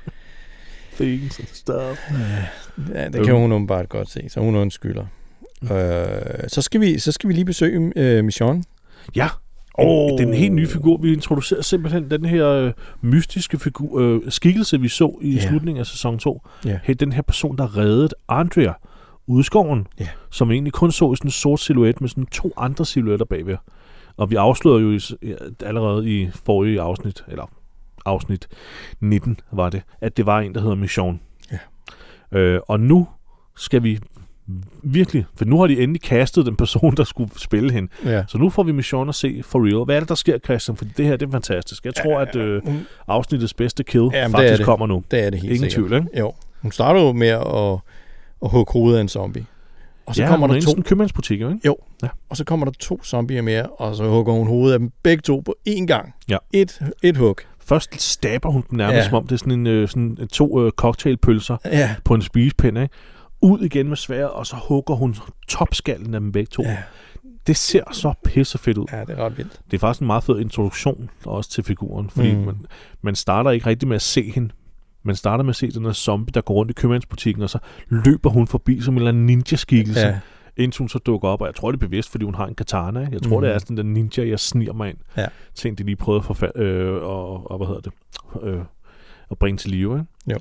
Things and stuff. Ja, det kan hun åbenbart godt se, så hun undskylder. Mm. Øh, så, skal vi, så skal vi lige besøge øh, Michonne. Ja. Oh. Det er en helt ny figur. Vi introducerer simpelthen den her øh, mystiske figur, øh, skikkelse, vi så i yeah. slutningen af sæson to. Yeah. Hey, den her person, der reddede Andrea ude i skoven, yeah. som egentlig kun så i sådan en sort silhuet med sådan to andre silhuetter bagved. Og vi afslørede jo i, allerede i forrige afsnit, eller afsnit nitten var det, at det var en, der hedder Michonne. Yeah. Øh, og nu skal vi virkelig, for nu har de endelig castet den person, der skulle spille hende. Ja. Så nu får vi Michonne at se for real. Hvad er det, der sker, Christian? For det her, det er fantastisk. Jeg tror, at øh, afsnittets bedste kill ja, faktisk det kommer nu. Det er det helt Ingen sikkert. tvivl, ikke? Jo. Hun starter jo med at, at hugge hovedet af en zombie. Og så ja, kommer der to... en købmandsbutik, ikke? Jo. Ja. Og så kommer der to zombier mere, og så hugger hun hovedet af dem begge to på én gang. Ja. Et, et hug. Først stabber hun dem nærmest, ja. som om det er sådan, en, sådan to øh, cocktailpølser ja. på en spisepind, ikke? Ud igen med sværd, og så hugger hun topskallen af dem begge to. Ja. Det ser så pissefedt ud. Ja, det er ret vildt. Det er faktisk en meget fed introduktion også til figuren, fordi mm. man, man starter ikke rigtig med at se hende. Man starter med at se den her zombie, der går rundt i købmandsbutikken, og så løber hun forbi som en eller anden ninja-skikkelse, ja. indtil hun så dukker op. Og jeg tror, det er bevidst, fordi hun har en katana. Ikke? Jeg tror, mm. det er sådan den ninja, jeg sniger mig ind. Ja. Ting, de lige prøvede at, forfald- øh, og, og hvad hedder det? Øh, at bringe til live. Ikke? Jo.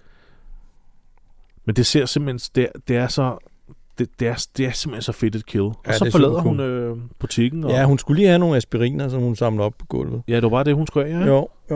Men det ser simpelthen, det, det er så, det, det, er, det er simpelthen så fedt et kill. Og ja, så forlader hun øh, butikken. Og ja, hun skulle lige have nogle aspiriner, som hun samlede op på gulvet. Ja, det var bare det, hun skulle have, ja. Jo, jo.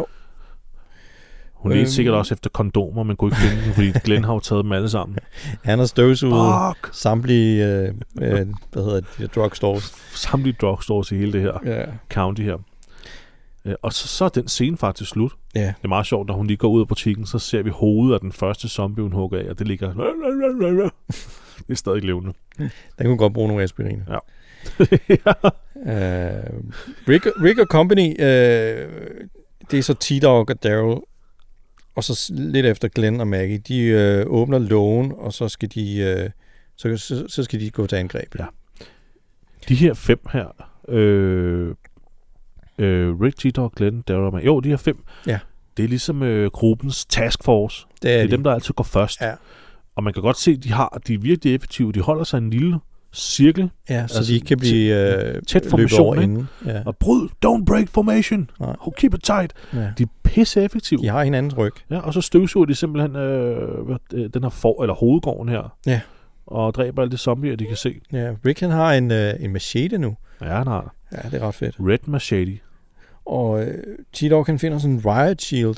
Hun ledte øhm. sikkert også efter kondomer, men kunne ikke finde dem, fordi Glenn har jo taget dem alle sammen. Han har støvsuget samtlige, øh, øh, hvad hedder det, de drugstores. Samtlige drugstores i hele det her ja. county her. Og så, så er den scene faktisk slut. Ja. Det er meget sjovt, når hun lige går ud af butikken, så ser vi hovedet af den første zombie, hun hugger af, og det ligger... Det er stadig levende. Den kunne godt bruge nogle aspiriner. Ja. ja. Uh, Rick, Rick og Company, uh, det er så T-Dog og Daryl, og så lidt efter Glenn og Maggie, de uh, åbner lågen, og så skal de, uh, så, så, så skal de gå til angreb. Ja. De her fem her, Øh, øh, Rick, T-Dog, Glenn, Daryl, jo, de her fem. Ja. Det er ligesom øh, gruppens task force. Det er, det er de. dem, der altid går først. Ja. Og man kan godt se, at de, har, de er virkelig effektive. De holder sig en lille cirkel. Ja, så altså, de ikke kan blive øh, tæt formation inden. Ja. Og bryd, don't break formation. Nej. Keep it tight. Ja. De er pisse effektive. De har hinandens ryg. Ja, og så støvsuger de simpelthen øh, den her for, eller hovedgården her. Ja. Og dræber alle de zombier, de kan se. Ja, Rick han har en, øh, en machete nu. Ja, han har. Ja, det er ret fedt. Red machete. Og øh, T-Dog kan finde sådan en riot shield.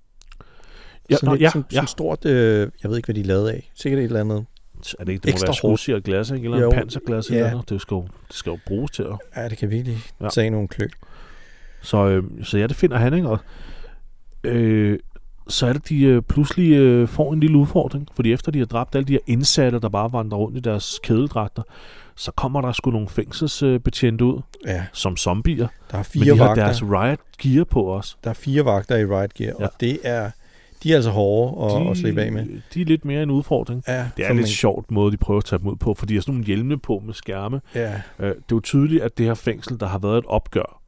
Ja, sådan nå, et, ja, sådan, ja. sådan stort, øh, jeg ved ikke, hvad de er lavet af. Sikkert et eller andet. Er det ikke, det må være skrusier glas, ikke? Eller en panserglas, ja. eller det skal, jo, det skal jo bruges til at... Ja, det kan virkelig ja. tage nogle klø. Så, øh, så ja, det finder han, ikke? Og, øh, så er det, de øh, pludselig øh, får en lille udfordring, fordi efter de har dræbt alle de her indsatte, der bare vandrer rundt i deres kædeldragter, så kommer der sgu nogle fængselsbetjente ud, ja. som zombier. Der er fire men de vagter. har deres riot gear på os. Der er fire vagter i riot gear, ja. Og det er... De er altså hårde at, de, at slippe af med. De er lidt mere en udfordring. Ja, det er en lidt man... sjovt måde, de prøver at tage dem ud på, fordi de har sådan nogle hjelme på med skærme. Ja. Øh, det er jo tydeligt, at det her fængsel, der har været et opgør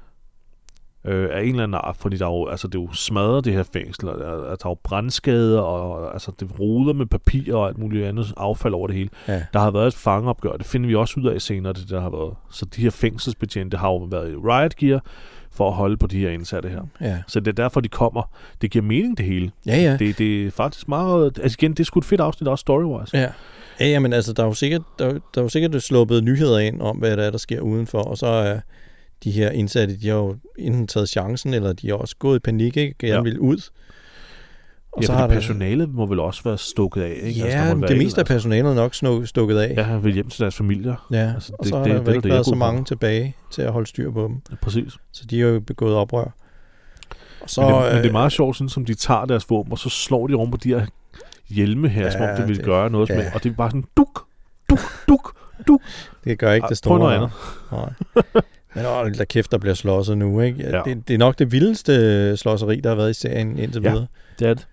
øh, af en eller anden art, fordi der er jo, altså, det er jo smadret, det her fængsel, og der, der er jo brandskader, og altså, det roder med papir og alt muligt andet affald over det hele. Ja. Der har været et fangeopgør, det finder vi også ud af senere, det der har været. Så de her fængselsbetjente har jo været i riot gear, for at holde på de her indsatte her. Ja. Så det er derfor, de kommer. Det giver mening, det hele. Ja, ja. Det, det er faktisk meget... Altså igen, det er sgu et fedt afsnit, også story-wise. Ja. Ja, ja, men altså, der er jo sikkert, der, der er jo sikkert sluppet nyheder ind om, hvad der er, der sker udenfor, og så er de her indsatte, de har jo enten taget chancen, eller de har også gået i panik, ikke? Gerne ja. vil ud. Og ja, så har personalet der... må vel også være stukket af, ikke? Ja, altså, det meste af personalet er nok stukket af. Ja, vil hjem til deres familier. Ja, altså, og det, så har det, der det, vel ikke det, været så mange for. tilbage til at holde styr på dem. Ja, præcis. Så de har jo begået oprør. Og så, men, det, øh, men det er meget sjovt, sådan som de tager deres våben, og så slår de rundt på de her hjelme her, ja, som om det vil det, gøre noget ja. med. Og det er bare sådan, duk, duk, duk, duk. Det gør ikke det store. Prøv noget andet. Nej. Men åh, der kæft, der bliver slåsset nu, ikke? Ja. Det, det er nok det vildeste slåseri, der har været i serien indtil videre. Ja, det er det.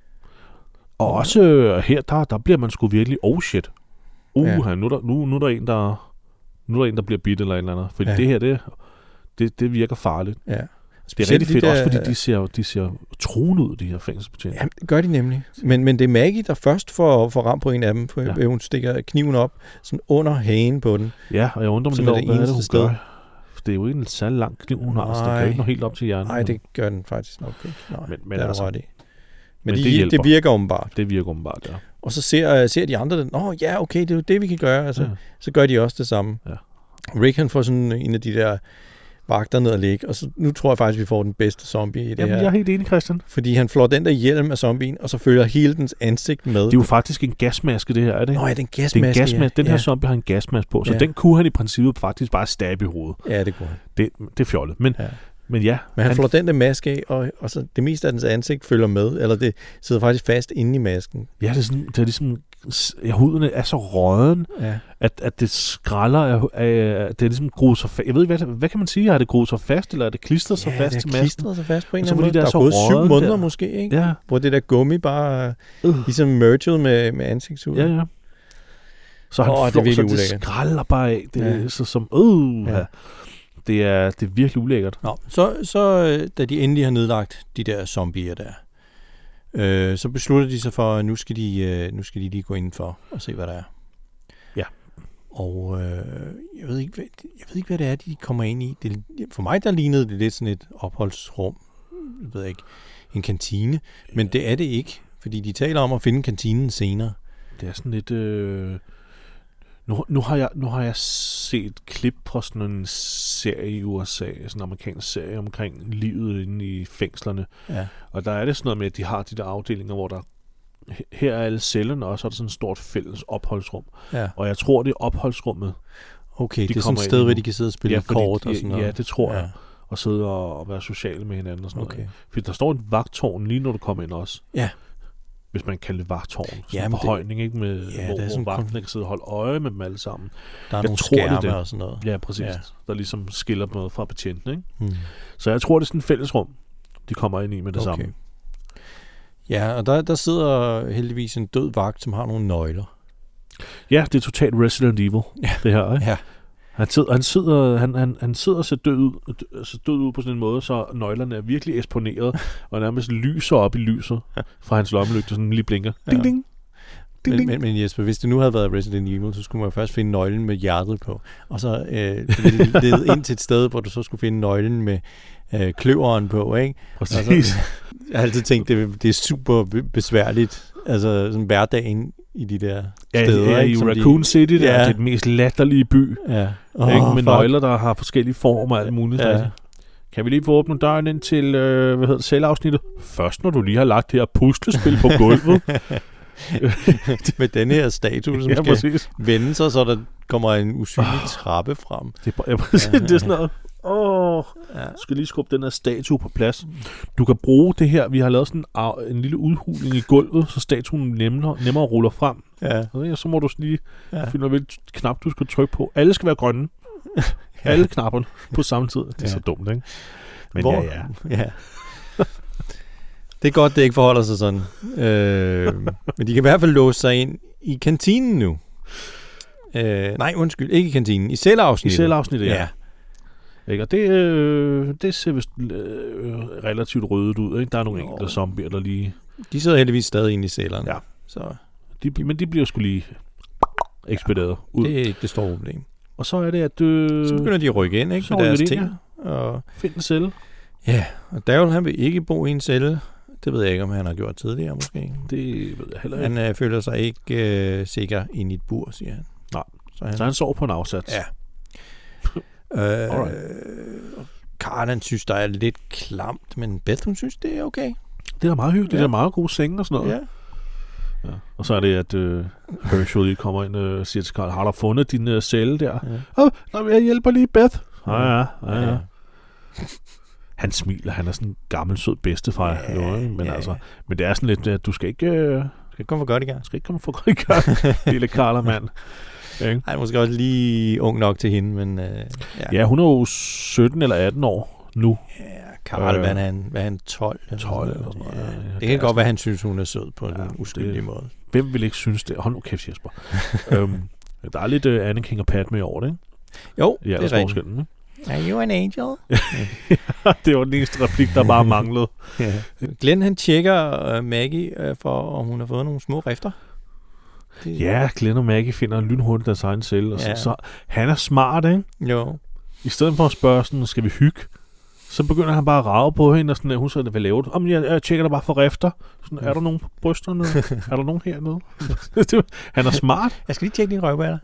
Og også øh, her, der, der bliver man sgu virkelig, oh shit. Uh, ja. nu, der, nu, nu, er der en, der, nu er der en, der bliver bidt eller et eller andet. Fordi ja. det her, det, det, det virker farligt. Ja. Det er rigtig fedt, de der, også fordi de ser, de ser truende ud, de her fængselsbetjente. Ja, det gør de nemlig. Men, men det er Maggie, der først får, får ramt på en af dem, for ja. hun stikker kniven op sådan under hagen på den. Ja, og jeg undrer mig lidt over, hvad er det, hun sted. gør. Det er jo ikke en særlig lang kniv, hun har, så det kan jo ikke nå helt op til hjernen. Nej, det gør den faktisk nok ikke. Nej, men, men, altså, ret i. Men, men de, det, hjælper. det virker åbenbart. Det virker åbenbart, ja. Og så ser, ser de andre den, åh ja, okay, det er jo det, vi kan gøre. Altså, ja. Så gør de også det samme. Ja. Rick, han får sådan en af de der vagter ned og ligge, og så, nu tror jeg faktisk, vi får den bedste zombie i det Jamen, her. jeg er helt enig, Christian. Fordi han flår den der hjelm af zombien, og så følger hele dens ansigt med. Det er jo faktisk en gasmaske, det her, er det? Nå ja, det er en gasmaske, det er en gasmaske. ja. Den her ja. zombie har en gasmaske på, så ja. den kunne han i princippet faktisk bare stabbe i hovedet. Ja, det kunne han. Det, det er fjollet, men ja. Men ja. Men han, han flår den der maske af, og, og så det meste af dens ansigt følger med, eller det sidder faktisk fast inde i masken. Ja, det er, sådan, det er ligesom, ja, huden er så råden, ja. at, at det skralder, af, af, det er ligesom gruet sig fast. Jeg ved ikke, hvad, hvad kan man sige? Er det gruet sig fast, eller er det klistret sig ja, fast til masken? Ja, det er klistret sig fast på en eller anden måde. Der er, der er gået syv måneder der. måske, ikke? Ja. Hvor det der gummi bare uh. ligesom merged med, med ansigtshuden. Ja, ja. Så han oh, flår, det, så det skralder bare af. Det er ja. så som, øh, ja. Det er, det er virkelig ulækkert. Nå, så, så da de endelig har nedlagt de der zombier der, øh, så beslutter de sig for, at nu skal de, øh, nu skal de lige gå indenfor og se, hvad der er. Ja. Og øh, jeg, ved ikke, hvad, jeg ved ikke, hvad det er, de kommer ind i. Det, for mig, der lignede det lidt sådan et opholdsrum. Jeg ved ikke, en kantine. Men det er det ikke, fordi de taler om at finde kantinen senere. Det er sådan lidt... Øh Nu, nu, har jeg, nu har jeg set klip på sådan en serie i U S A, sådan en amerikansk serie omkring livet inde i fængslerne. Ja. Og der er det sådan noget med, at de har de der afdelinger, hvor der her er alle cellerne, og så er der sådan et stort fælles opholdsrum. Ja. Og jeg tror, det er opholdsrummet. Okay, de det er sådan et sted, hvor de kan sidde og spille ja, kort de, og sådan noget. Ja, det tror ja. jeg. Og sidde og, og være sociale med hinanden og sådan okay. noget. Fordi der står et vagtårn lige når du kommer ind også. Ja. Hvis man kalder det vagtårn. Sådan ja, en forhøjning, ikke? Med, ja, hvor, hvor vagtene kan sidde og holde øje med dem alle sammen. Der er jeg nogle tror, skærme det og sådan noget. Ja, præcis. Ja. Der ligesom skiller noget fra betjenten, ikke? Hmm. Så jeg tror, det er sådan et fællesrum, de kommer ind i med det okay. samme. Ja, og der, der sidder heldigvis en død vagt, som har nogle nøgler. Ja, det er totalt Resident Evil, ja. det her, ikke? Ja. Han sidder, han sidder, han, han, han sidder og ser død ud, så død ud på sådan en måde, så nøglerne er virkelig eksponeret, og nærmest lyser op i lyset fra hans lommelygte, sådan lige blinker. Ding, ding. Ding, men, ding. men, men Jesper, hvis det nu havde været Resident Evil, så skulle man først finde nøglen med hjertet på, og så øh, lede ind til et sted, hvor du så skulle finde nøglen med øh, kløveren på, ikke? Præcis. Altså, jeg har altid tænkt, det, det er super besværligt, altså sådan hverdagen i de der ja, steder. Ja, ikke? i Raccoon de, City, der ja. er det den mest latterlige by, ja. oh, ikke? Med fuck. nøgler, der har forskellige former og alt muligt. Ja. Kan vi lige få åbnet døren ind til, øh, hvad hedder det, selvafsnittet? Først, når du lige har lagt det her puslespil på gulvet. Med den her statue, som ja, skal præcis. vende sig, så der kommer en usynlig oh. trappe frem. Det er, ja, præcis, ja, ja. det er sådan noget. Åh, oh, ja. Du skal lige skubbe den her statue på plads. Du kan bruge det her. Vi har lavet sådan en, en lille udhuling i gulvet, så statuen nemmere, nemmere ruller frem. Ja. Så må du lige ja. finde ud af, hvilken knap du skal trykke på. Alle skal være grønne. Ja. Alle knapperne på samme tid. Det er ja. så dumt, ikke? Men Hvor? ja, ja. ja. Det er godt, det ikke forholder sig sådan. Øh, men de kan i hvert fald låse sig ind i kantinen nu. Øh, nej, undskyld, ikke i kantinen. I celleafsnittet. I celleafsnittet, ja. ja. Ikke? Og det, øh, det ser vist øh, relativt rødet ud. Ikke? Der er nogle enkelte oh. zombier, der lige... De sidder heldigvis stadig inde i cellerne. Ja. Så. De, men de bliver sgu lige ekspederet ja, ud. Det er ikke det store problem. Og så er det, at... Øh, så begynder de at rykke ind, ikke? Så med deres ind, ting. Ja. Og find en celle. Ja, og Daryl, han vil ikke bo i en celle. Det ved jeg ikke, om han har gjort tidligere, måske. Det ved jeg heller ikke. Han øh, føler sig ikke øh, sikker inde i et bur, siger han. Nej, så han, så han sover på en afsats. Ja. øh, Karen, han synes, der er lidt klamt, men Beth, hun synes, det er okay. Det er meget hyggeligt. Ja. Det er meget gode senge og sådan noget. Ja. Ja. Og så er det, at øh, Herschel lige kommer ind og øh, siger til Karl, har du fundet din øh, celle der? Ja. Åh, oh, jeg hjælper lige Beth. Ja, ja, ja. ja. Han smiler, han er sådan en gammel, sød bedstefar. Ja, jo, men, ja, altså, men det er sådan lidt, at du skal ikke... Øh, skal ikke komme for godt i gang. skal ikke komme for godt i gang, lille Karl-mand. Han er måske også lige ung nok til hende, men... Øh, ja. ja, hun er jo sytten eller atten år nu. Ja, Karl, øh, hvad er han? Hvad er han? tolv? tolv eller sådan noget. Ja, ja, det, det kan godt være, han synes, hun er sød på ja, en uskyldig det, måde. Hvem vil ikke synes det? Hold nu kæft, Jesper. øhm, der er lidt uh, Anakin og Padme over det, ikke? Jo, ja, det er rigtigt. Ikke? Are you an angel? Ja, det var den eneste replik, der bare manglede. Ja. Glenn, han tjekker uh, Maggie uh, for, om hun har fået nogle små rifter. Det... Ja, Glenn og Maggie finder lynhurtigt deres egen celle. Og ja. så, så han er smart, ikke? Jo. I stedet for at spørge sådan, skal vi hygge? Så begynder han bare at rave på hende, og sådan, hun siger, hvad laver du? Jamen, jeg, jeg tjekker dig bare for rifter. Sådan, er der nogen på brysterne? Er der nogen hernede? Han er smart. Jeg skal lige tjekke dine røvballer.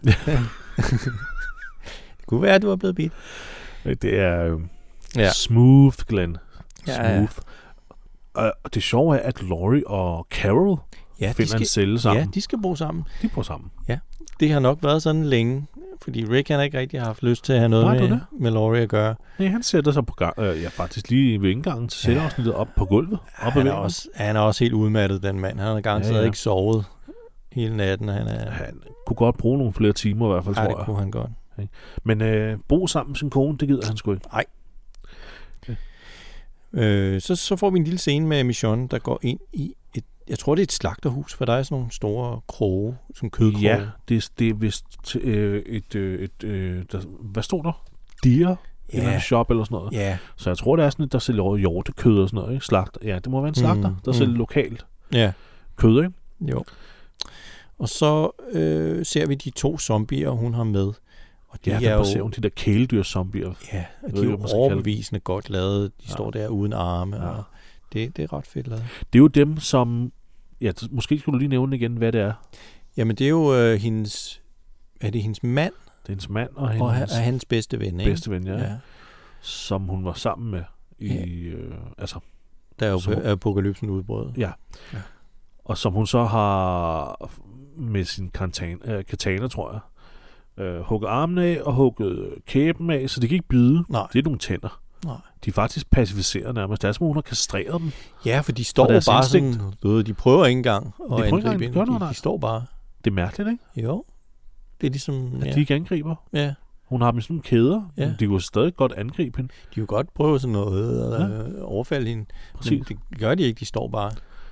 Det kunne være, at du var blevet bidt. Det er øh, ja. smooth, Glenn. Ja, smooth. Ja. Og det sjove er, at Laurie og Carol ja, finder skal, en celle sammen. Ja, de skal bo sammen. De bor sammen. Ja, det har nok været sådan længe, fordi Rick han ikke rigtig har haft lyst til at have noget Nej, med, med Laurie at gøre. Nej, han sætter sig på gang, øh, ja, faktisk lige ved indgangen til celleafsnittet ja. op på gulvet. Ja, op han, er også, han er også helt udmattet, den mand. Han har garanteret ja, ja. ikke sovet hele natten. Han, er, han kunne godt bruge nogle flere timer i hvert fald, ja, tror jeg. det kunne han godt. Men øh, bo sammen med sin kone, det gider han sgu ikke. Nej. Okay. Øh, så, så får vi en lille scene med Michonne, der går ind i et, jeg tror det er et slagterhus, for der er sådan nogle store kroge, sådan kødkroge. Ja, det, det er vist øh, et, øh, et øh, der, hvad stod der? Deer? Ja. Eller en shop eller sådan noget. Ja. Så jeg tror, det er sådan et, der sælger hjortekød og sådan noget, ikke? Slagter. Ja, det må være en slagter, mm, der mm. sælger lokalt ja. kød, ikke? Jo. Og så øh, ser vi de to zombier, hun har med. Og de ja, er der jo, ser hun de der kæledyr-zombier. Ja, og de er jo overbevisende godt lavet. De ja. står der uden arme, ja. og det, det er ret fedt lavet. Det er jo dem, som... Ja, måske skulle du lige nævne igen, hvad det er. Jamen, det er jo øh, hendes... Er det hendes mand? Det er hendes mand og hendes... Og, og hans bedste ven, ikke? Bedste ven, ja. ja. Som hun var sammen med i... Ja. Øh, altså... Der er jo som, apokalypsen udbrød. Ja. ja. Og som hun så har med sin katana, øh, katana tror jeg, øh, hugget armen af og hugget kæben af, så de kan ikke bide. Nej. Det er nogle tænder. Nej. De er faktisk pacificeret nærmest. Det er som, hun har kastreret dem. Ja, for de står bare instinkt. sådan... De prøver ikke engang at de angribe ind. De, de står bare... Det er mærkeligt, ikke? Jo. Det er ligesom... At ja. de ikke angriber. Ja. Hun har dem i sådan nogle kæder. Ja. De kunne stadig godt angribe hende. De kunne godt prøve sådan noget, eller ja. overfalde hende. Præcis. Men det gør de ikke, de står bare.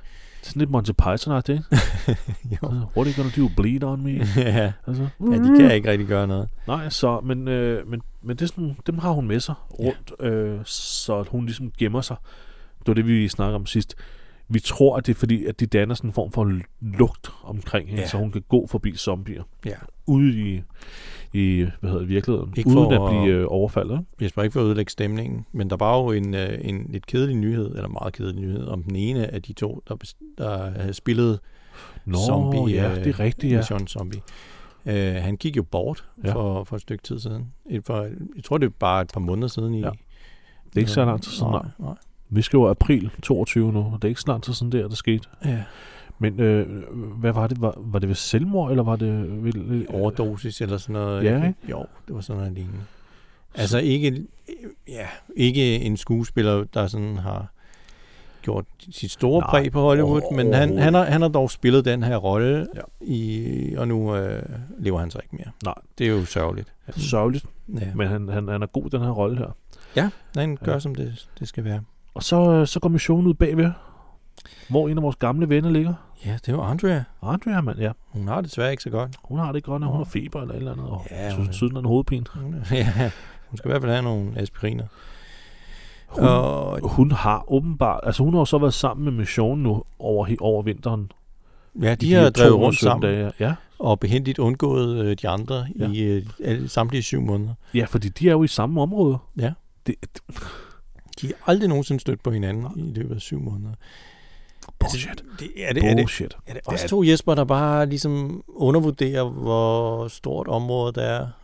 Sådan lidt Monty Python-agtigt, ikke? Jo. What are you gonna do? Bleed on me? ja. Altså. ja, de kan ikke rigtig gøre noget. Nej, så, men, øh, men, men det er sådan, dem har hun med sig rundt, ja. øh, så hun ligesom gemmer sig. Det var det, vi snakkede om sidst. Vi tror, at det er fordi, at de danner sådan en form for lugt omkring hende, ja. så hun kan gå forbi zombier. Ja. Ude i, i hvad hedder det, virkeligheden. Ikke uden for, at blive øh, overfaldet. Jeg skal ikke for at ødelægge stemningen, men der var jo en, øh, en lidt kedelig nyhed, eller meget kedelig nyhed, om den ene af de to, der, der havde spillet Nå, zombie, ja, det er rigtigt, ja. Mission Zombie. Uh, han gik jo bort ja. for, for et stykke tid siden. Et for, jeg tror, det er bare et par måneder siden. I, ja. Det er ikke så lang tid siden. Nej, nej. Vi skal jo april toogtyve nu, og det er ikke så lang tid siden der, der skete. Ja. Men øh, hvad var det? Var, var det ved selvmord, eller var det ved... Øh, overdosis, eller sådan noget? Ja, ikke? Jo, det var sådan noget lignende. Altså ikke, ja, ikke en skuespiller, der sådan har gjort sit store Nej, præg på Hollywood, oh, men han, han, har, han har dog spillet den her rolle, ja. i, og nu øh, lever han så ikke mere. Nej. Det er jo sørgeligt. Ja, sørgeligt, ja. men han, han, han er god, den her rolle her. Ja, han gør, ja. som det, det skal være. Og så, så går missionen ud bagved, hvor en af vores gamle venner ligger. Ja, det er jo Andrea. Andrea, mand, ja. Hun har det desværre ikke så godt. Hun har det ikke godt, når hun har feber eller et eller andet, og ja, hun synes, en hovedpine. Ja, hun skal i hvert fald have nogle aspiriner. Hun, og hun har åbenbart, altså hun har så været sammen med missionen nu over, over vinteren. Ja, de, de har drevet rundt sammen, dage, ja. og behendigt undgået øh, de andre ja. i øh, alle, samtlige syv måneder. Ja, fordi de er jo i samme område. Ja. Det, det. De har aldrig nogensinde stødt på hinanden ja. i løbet af syv måneder. Bullshit. Altså, det, er, det, er, det, Bullshit. er det også to Jesper, der bare ligesom undervurderer, hvor stort område der er?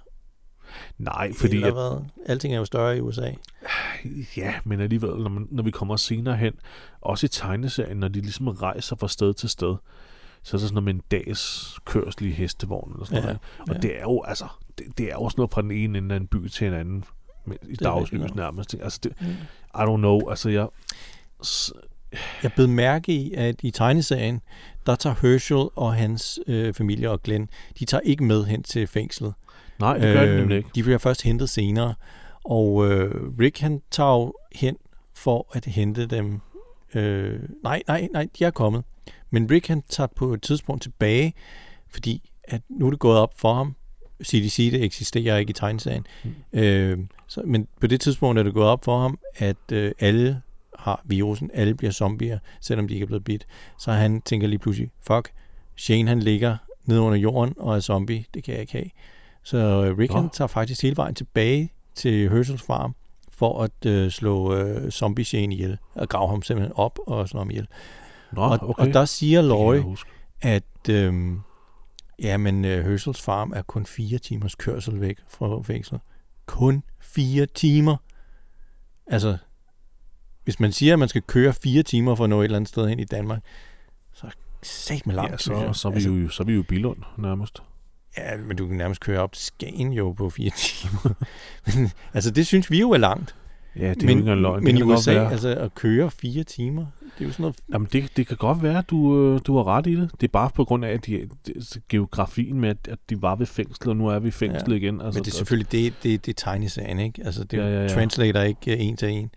Nej, fordi... At, alting er jo større i U S A. Ja, men alligevel, når, man, når vi kommer senere hen, også i tegneserien, når de ligesom rejser fra sted til sted, så er det sådan noget med en dags kørsel i hestevogn eller sådan ja, noget. Og ja. det er jo, altså, det, det er jo sådan noget fra den ene ende af en by til en anden, med, i dagslys nærmest. Altså, det, mm. I don't know, altså jeg... S- Jeg blev mærke i, at i tegneserien, der tager Herschel og hans øh, familie og Glenn, de tager ikke med hen til fængslet. Nej, det gør øh, de nemlig ikke. De bliver først hentet senere. Og øh, Rick, han tager jo hen for at hente dem. Øh, nej, nej, nej, de er kommet. Men Rick, han tager på et tidspunkt tilbage, fordi at nu er det gået op for ham. C D C, det eksisterer ikke i tegneserien. Mm. Øh, så, men på det tidspunkt er det gået op for ham, at øh, alle har virusen, alle bliver zombier, selvom de ikke er blevet bidt. Så han tænker lige pludselig, fuck, Shane han ligger nede under jorden og er zombie, det kan jeg ikke have. Så Rick han tager faktisk hele vejen tilbage til Herschels farm, for at øh, slå øh, zombie Shane ihjel, og grave ham simpelthen op og slå ham ihjel. Nå, og, okay. og der siger Laurie, at øh, ja, men øh, Herschels farm er kun fire timers kørsel væk fra fængslet. Kun fire timer. Altså, hvis man siger, at man skal køre fire timer for at nå et eller andet sted hen i Danmark, så er det sæt med langt. Ja, så, så, er vi jo, så er vi jo i Billund nærmest. Ja, men du kan nærmest køre op til Skagen jo på fire timer. men, altså, det synes vi jo er langt. Ja, det er men, jo ikke en løgn. Men i U S A, altså at køre fire timer, det er jo sådan noget... Jamen, det, det kan godt være, at du, du har ret i det. Det er bare på grund af, at de, de, geografien med, at de var ved fængslet, og nu er vi i fængslet ja, igen. Altså, men det er selvfølgelig det, det, det er tegneserien, ikke? Altså, det ja, ja, ja. translater ikke en til en.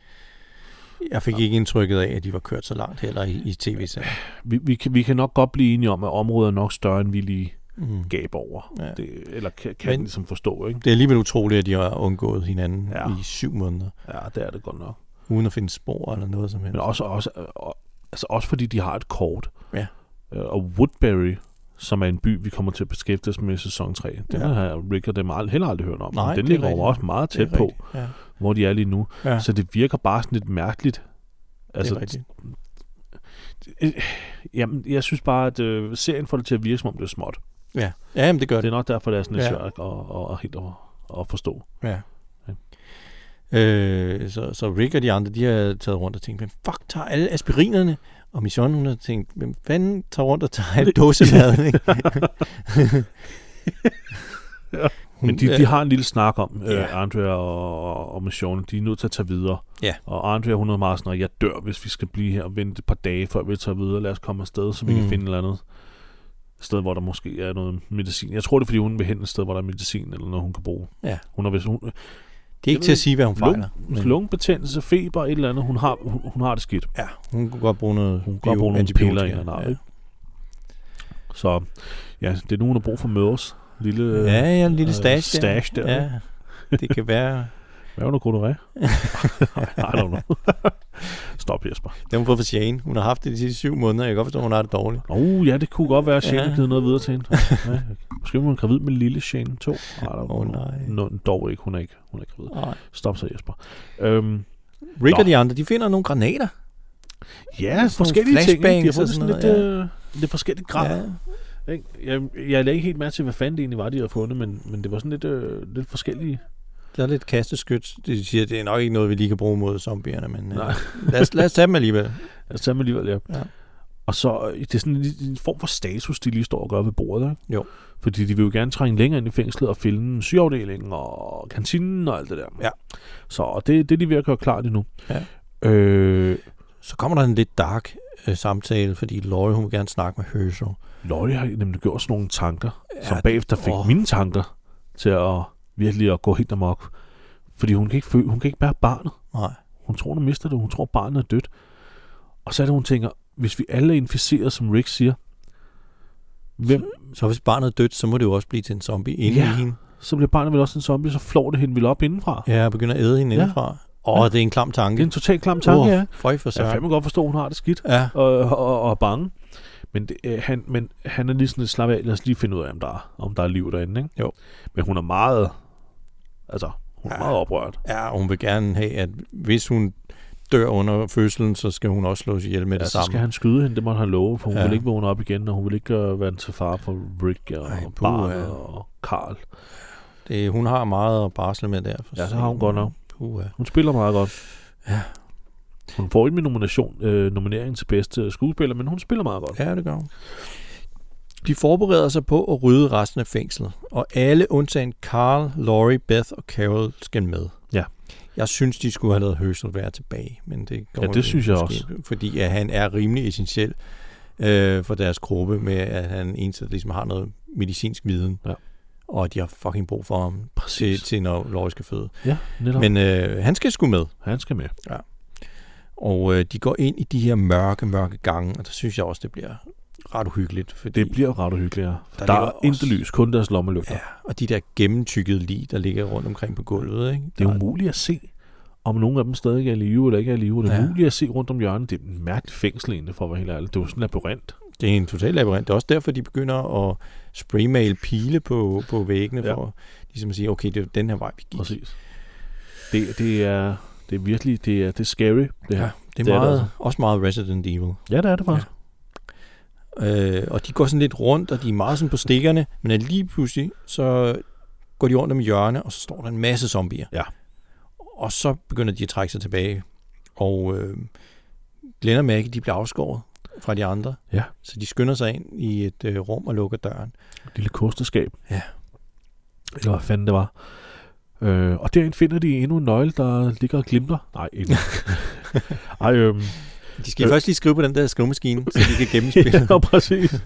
Jeg fik ja. ikke indtrykket af, at de var kørt så langt heller i, i tv-serien. Vi, vi, kan, vi kan nok godt blive enige om, at området er nok større, end vi lige mm. gab over. Ja. Det, eller kan, kan men, ligesom forstå, ikke? Det er alligevel utroligt, at de har undgået hinanden ja. i syv måneder. Ja, det er det godt nok. Uden at finde spor eller noget som helst. Men også, også, altså også fordi de har et kort. Ja. Og Woodbury, som er en by, vi kommer til at beskæftige os med i sæson tre. Den ja. har Rick og dem heller aldrig hørt om. Nej, den ligger rigtigt. Også meget tæt på, ja. hvor de er lige nu. Ja. Så det virker bare sådan lidt mærkeligt. Altså, det er rigtigt. Øh, jamen, jeg synes bare, at øh, serien får det til at virke, som om det er småt. Ja, ja jamen, det gør det. Det er nok derfor, det er sådan lidt ja. svært at, at, at, helt at, at forstå. Ja. ja. Øh, så, så Rick og de andre, de har taget rundt og tænkt, hvem fuck tager alle aspirinerne? Og Mission, hun har tænkt, hvem fanden tager rundt og tager alle dåsemaden, ikke? ja. Men de, de har en lille snak om, ja. øh, Andrea og, og Mission, de er nødt til at tage videre. Ja. Og Andrea, hun er meget sådan, at jeg dør, hvis vi skal blive her og vente et par dage, før vi tager videre. Lad os komme afsted, så vi mm. kan finde et eller andet sted, hvor der måske er noget medicin. Jeg tror, det er, fordi hun vil hen et sted, hvor der er medicin, eller noget, hun kan bruge. Ja. Hun er, hvis hun, Det er ikke til at sige, hvad hun fejler. Lung, lungebetændelse, feber, et eller andet. Hun har, hun, hun har det skidt. Ja, hun kunne godt bruge noget Hun kan godt bruge nogle piller ind og ja. Så ja, det er nogen, der har brug for mødes. Lille, ja, ja, en lille øh, stash, stash der. der. Ja, det kan være... Hvad er det, gonorrhea? I don't know. Stop, Jesper. Det har hun fået for Shane. Hun har haft det de sidste syv måneder. Jeg kan godt forstå, at hun har det dårligt. Åh, oh, ja, det kunne godt være, at Shane har givet noget videre til hende. Ja, måske var hun gravid med lille Shane to. Åh, oh, nej. Nå, dog ikke. Hun er ikke, hun er ikke gravid. Nej. Stop så, Jesper. Øhm, Rick og de andre, de finder nogle granater. Ja, forskellige ting. De har fået sådan lidt, ja. øh, lidt forskellige grader. Ja. Jeg, jeg lagde ikke helt mærke til, hvad fanden det egentlig var, de havde fundet, men, men det var sådan lidt, øh, lidt forskellige. Der er lidt kasteskyt. De siger, det er nok ikke noget, vi lige kan bruge mod zombierne, men øh, lad, os, lad os tage dem alligevel. Lad os tage dem alligevel, ja. ja. Og så, det er sådan en, en form for status, de lige står og gør ved bordet, ikke? Jo. Fordi de vil jo gerne trænge længere ind i fængslet og finde sygeafdelingen og kantinen og alt det der. Ja. Så det, det er de ved at gøre klart endnu. Ja. Øh, så kommer der en lidt dark øh, samtale, fordi Laurie, hun vil gerne snakke med Herschel. Laurie har nemlig gjort sådan nogle tanker, ja, som det, bagefter fik åh. mine tanker til at virkelig at gå helt amok. Fordi hun kan ikke føle, hun kan ikke bære barnet. Nej. Hun tror, hun mister det. Hun tror, barnet er dødt. Og så er det, hun tænker, hvis vi alle er inficeret, som Rick siger, hvem... Så, så hvis barnet er dødt, så må det jo også blive til en zombie inde ja, i hende. Så bliver barnet vel også en zombie, så flår det hende vel op indenfra. Ja, og begynder at æde hende ja. indenfra. Åh, oh, ja. Det er en klam tanke. Det er en total klam tanke, oh, ja. Føj for sig. Jeg kan godt forstå, at hun har det skidt ja. og, og, og, og bange. Men, det, øh, han, men han er lige sådan et slap af, lad os lige finde ud af, om der er, om der er liv derinde, ikke? Jo. Men hun er meget... Altså, hun er ja. meget oprørt. Ja, og hun vil gerne have, at hvis hun dør under fødslen, så skal hun også slås ihjel med ja, det samme. så skal han skyde hende, det må han love, for hun ja. vil ikke vågne op igen, og hun vil ikke uh, være til far for Rick og Ej, barnet ja. og Carl. Det, hun har meget at barsle med der. Ja, så har hun godt nok. Puh, ja. Hun spiller meget godt. Ja. Hun får ikke med nomination, øh, nominering til bedste skuespiller, men hun spiller meget godt. Ja, det gør hun. De forbereder sig på at rydde resten af fængslet, og alle undtagen Carl, Laurie, Beth og Carol skal med. Ja. Jeg synes, de skulle have lavet Herschel være tilbage, men det ja, det synes jeg også. Fordi at han er rimelig essentiel øh, for deres gruppe, med at han eneste, der ligesom har noget medicinsk viden. Ja. Og at de har fucking brug for ham til, til, når Laurie skal føde. Ja, netop. Men øh, han skal sgu med. Han skal med. Ja. Og øh, de går ind i de her mørke, mørke gange, og der synes jeg også, det bliver ret uhyggeligt. Fordi det bliver ret uhyggeligt, ja. Der, der er intet lys, kun deres lommelygter. Ja, og de der gennemtykkede lig, der ligger rundt omkring på gulvet. Ikke? Det er umuligt at se, om nogen af dem stadig er i live eller ikke er i live. Det er ja. umuligt at se rundt om hjørnet. Det er en mærkelig fængsel egentlig, for at være helt ærlig. Det er jo sådan en labyrint. Det er en total labyrint. Det er også derfor, de begynder at spraymale pile på, på væggene, ja. for ligesom at sige, okay, det er den her vej, vi gik. Præcis. Det, det, er, det er virkelig, det er, det er scary, det her. Ja, det er, det meget, er det altså. Også meget Resident Evil. Ja, det er det faktisk. Ja. Øh, og de går sådan lidt rundt, og de er meget sådan på stikkerne, men lige pludselig, så går de rundt om hjørne, og så står der en masse zombier. Ja. Og så begynder de at trække sig tilbage. Og øh, Glenn og Maggie, de bliver afskåret fra de andre. Ja. Så de skynder sig ind i et øh, rum og lukker døren. Et lille kosterskab. Ja. Eller hvad fanden det var. Øh, og derinde finder de endnu en nøgle, der ligger og glimter. Nej, endnu. Ej, øhm, de skal øh, først lige skrive på den der skrivemaskine, så de kan gennemspille. Ja, præcis.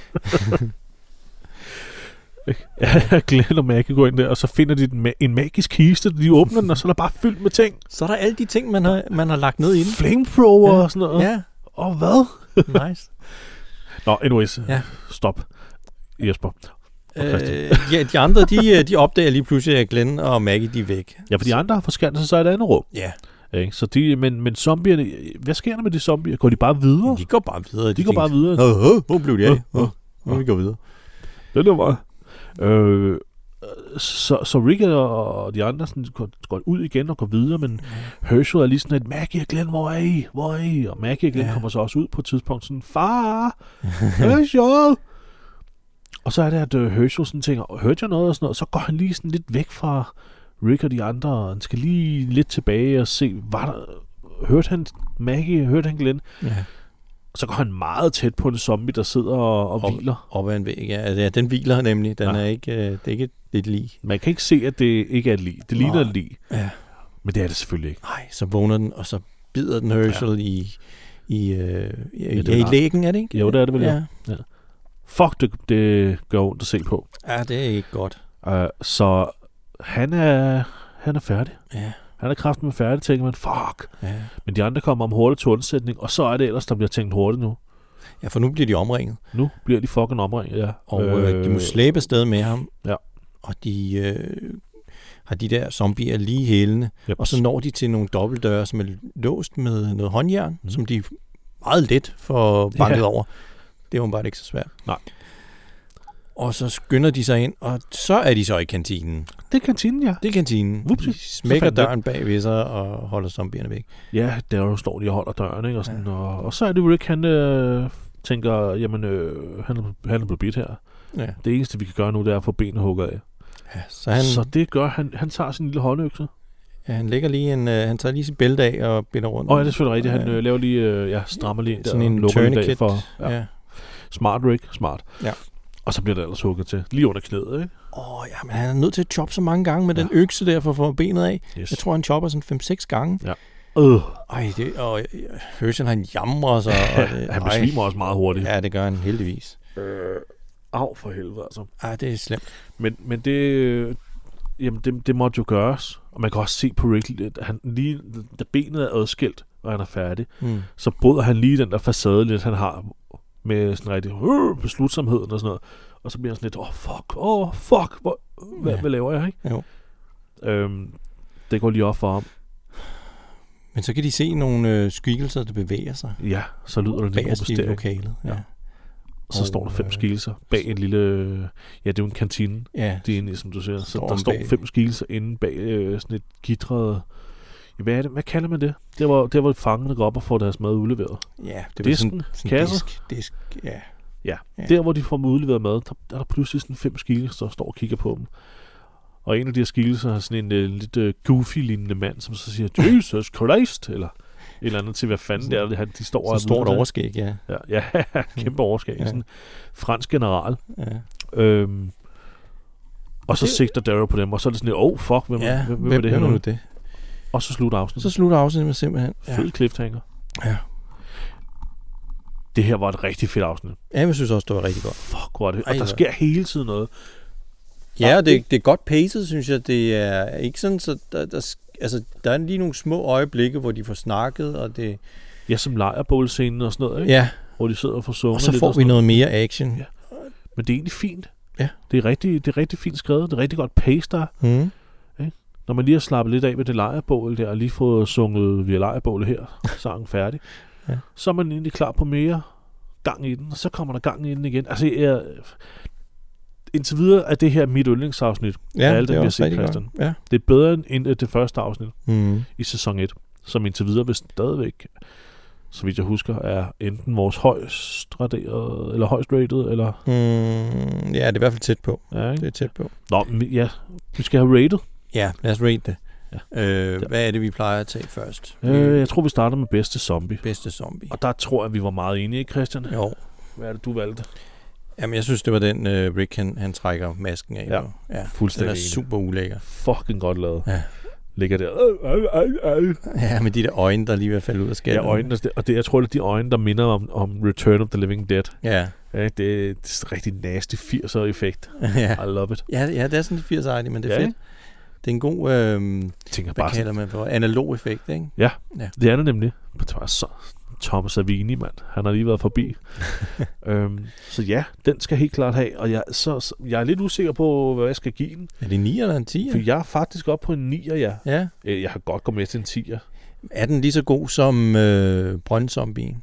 Ja, Glenn og Maggie går ind der, og så finder de den ma- en magisk kiste, de åbner den, og så er der bare fyldt med ting. Så er der alle de ting, man har, man har lagt ned i den. Flamethrower ja. og sådan noget. Ja. Og hvad? Nice. Nå, anyways. Ja. Stop. Jesper. Øh, ja, de andre, de, de opdager lige pludselig, at Glenn og Maggie, de er væk. Ja, for de andre har forskanset sig i et andet rum. Ja. Okay, så de, men, men zombierne, hvad sker der med de zombier? Går de bare videre? De går bare videre. De, de går bare videre. Åh, åh, hvor blev de af? Åh, vi går videre. Det er bare... Øh, så, så Rick og de andre sådan, går, går ud igen og går videre, men Herschel er lige sådan et, Maggie og Glenn, hvor er I? Hvor er I? Og Maggie og Glenn ja. kommer så også ud på et tidspunkt sådan, far, Herschel! Og så er det, at uh, Herschel sådan tænker, hørte jeg noget og sådan noget, så går han lige sådan lidt væk fra Rick og de andre, og han skal lige lidt tilbage og se, var der, hørte han Maggie, hørte han Glenn? Ja. Så går han meget tæt på en zombie, der sidder og, og op, hviler. Op ad en væg, ja. Altså, ja. Den hviler nemlig. Den ja. er ikke, øh, det er ikke et lig. Man kan ikke se, at det ikke er et lig. Det ligner Nej. et lig. Ja. Men det er det selvfølgelig ikke. Nej, så vågner den, og så bider den Herschel ja. i, i, øh, i, ja, ja, i lægen, er det ikke? Jo, det er det vel, ja. ja. Fuck, det, det gør ondt at se på. Ja, det er ikke godt. Uh, så han er, han er færdig. Ja. Han er kraften med færdig, tænker man, fuck. Ja. Men de andre kommer om hurtigt til undsætning, og så er det ellers, der bliver tænkt hurtigt nu. Ja, for nu bliver de omringet. Nu bliver de fucking omringet, ja. Og øh, de må slæbe afsted med ham. Ja. Og de øh, har de der zombier lige hælende. Yep. Og så når de til nogle dobbeltdøre, som er låst med noget håndjern, mm. som de meget let får banket ja. over. Det var bare ikke så svært. Nej. Og så skynder de sig ind, og så er de så i kantinen. Det er kantinen, ja. Det er kantinen. Upsi. De smækker døren bag ved sig og holder zombierne væk. Ja, der står de og holder døren, ikke? Og, sådan, ja. og, og så er det Rick, han øh, tænker, jamen, øh, han, er, han er blevet bidt her. Ja. Det eneste, vi kan gøre nu, det er at få benene hugget af. Ja, så, han, så det gør han. Han tager sin lille håndøkse. Ja, han lægger lige en, øh, han tager lige sit bælte af og binder rundt. Åh, oh, ja, det er selvfølgelig rigtigt. Han øh, laver lige, øh, ja, strammer lige ind der. Sådan en tourniquet. For, ja. ja. Smart, Rick. Smart. Ja. Og så bliver det ellers hugget til. Lige under knæet, ikke? Åh, oh, ja, men han er nødt til at choppe så mange gange med ja. den økse der for at få benet af. Yes. Jeg tror, han chopper sådan fem seks gange. Ja. Øh. Ej, det, og Herschel, han jamrer sig. Og det, han besvimer også meget hurtigt. Ja, det gør han heldigvis. Øh. Au for helvede, altså. Ej, det er slemt. Men, men det, jamen det, det måtte jo gøres. Og man kan også se på Rick, at han lige, da benet er adskilt, og han er færdig, mm. så bryder han lige den der facade lidt, han har med sådan rigtig øh, beslutsomheden og sådan noget. Og så bliver han sådan lidt, åh oh, fuck, åh oh, fuck, hvor, hvad, ja. hvad laver jeg, ikke? Jo. Øhm, det går lige op for ham. Men så kan de se nogle øh, skikkelser, der bevæger sig. Ja, så lyder det lidt bagerst i lokalet. Ja. Ja. Så og, står der fem øh, skikkelser bag en lille... Ja, det er jo en kantine. Ja. Det er egentlig, som du siger. Så der står bag. fem skikkelser inde bag øh, sådan et gitret... Hvad er det? Hvad kalder man det? Det var, det var fangerne går op og får deres mad udleveret. Ja, det Disken, sådan, sådan kasser. Disk, disk, ja. Ja, ja, der hvor de får dem udleveret mad, der, der er der pludselig sådan fem skikkelser, der står og kigger på dem. Og en af de her skikkelser har sådan en uh, lidt uh, goofy-lignende mand, som så siger, Jesus Christ, eller et eller andet til, hvad fanden det er, det, de står og... Så stort overskæg, ja. Ja, ja kæmpe overskæg. Ja. Sådan fransk general. Ja. Øhm, og så det... sigter Darrow på dem, og så er det sådan, åh, oh, fuck, hvem, ja, hvem, hvem, hvem er det her nu? Det? Og så slutter afsnittet. Så slutter afsnittet med simpelthen. Fed ja. cliffhanger. Ja. Det her var et rigtig fedt afsnit. Ja, jeg synes også, det var rigtig godt. Fuck, hvor er det. Og Ej, der sker hele tiden noget. Ja, det, det er godt pacet, synes jeg. Det er ikke sådan, så der, der, altså, der er lige nogle små øjeblikke, hvor de får snakket, og det... Ja, som lejrbålscenen og sådan noget, ikke? Ja. Hvor de sidder og får sunget og så lidt får vi noget mere action. Ja. Men det er egentlig fint. Ja. Det er rigtig, det er rigtig fint skrevet. Det er rigtig godt pace der. Mm. Når man lige har slappet lidt af med det lejrbål der, og lige fået sunget via lejrbålet her, sangen færdig, ja. Så er man egentlig klar på mere gang i den, og så kommer der gang i den igen. Altså, jeg, indtil videre er det her mit yndlingsafsnit. Ja, af alle det dem, er vi har set, Christian. Ja. Det er bedre end det første afsnit mm. i sæson et, som indtil videre vist stadigvæk, så vidt jeg husker, er enten vores højst rated, eller højst rated, eller... Mm, ja, det er i hvert fald tæt på. Ja, det er tæt på. Nå, ja, vi skal have rated. Ja, lad os rate det. Ja. Øh, hvad er det, vi plejer at tage først? Øh, jeg tror, vi starter med bedste zombie. Bedste zombie. Og der tror jeg, vi var meget enige, ikke, Christian? Jo. Hvad er det, du valgte? Jamen, jeg synes, det var den, uh, Rick, han, han trækker masken af. Ja, ja. fuldstændig. Den er super ulækker. Fucking godt lavet. Ja. Ligger der. Øh, øh, øh. Ja, med de der øjne, der lige vil falde ud af skallen. Ja, øjnene. Og det, jeg tror, det er de øjne, der minder om, om Return of the Living Dead. Ja. Ja, det, det er en rigtig nasty firser effekt. Ja. I love it. Ja, ja, det er sådan lidt firserne, men det er ja, fedt. Ikke? Det er en god, øh, tænker hvad bare kalder man for, analog effekt, ikke? Ja, ja, det er det nemlig. Så Thomas Savini, mand. Han har lige været forbi. øhm, så ja, den skal helt klart have. Og jeg, så, så, jeg er lidt usikker på, hvad jeg skal give den. Er det en nier eller en tier? For jeg er faktisk oppe på en nier, ja. Ja. Jeg har godt gået med til en tier. Er den lige så god som øh, Brøndzombien?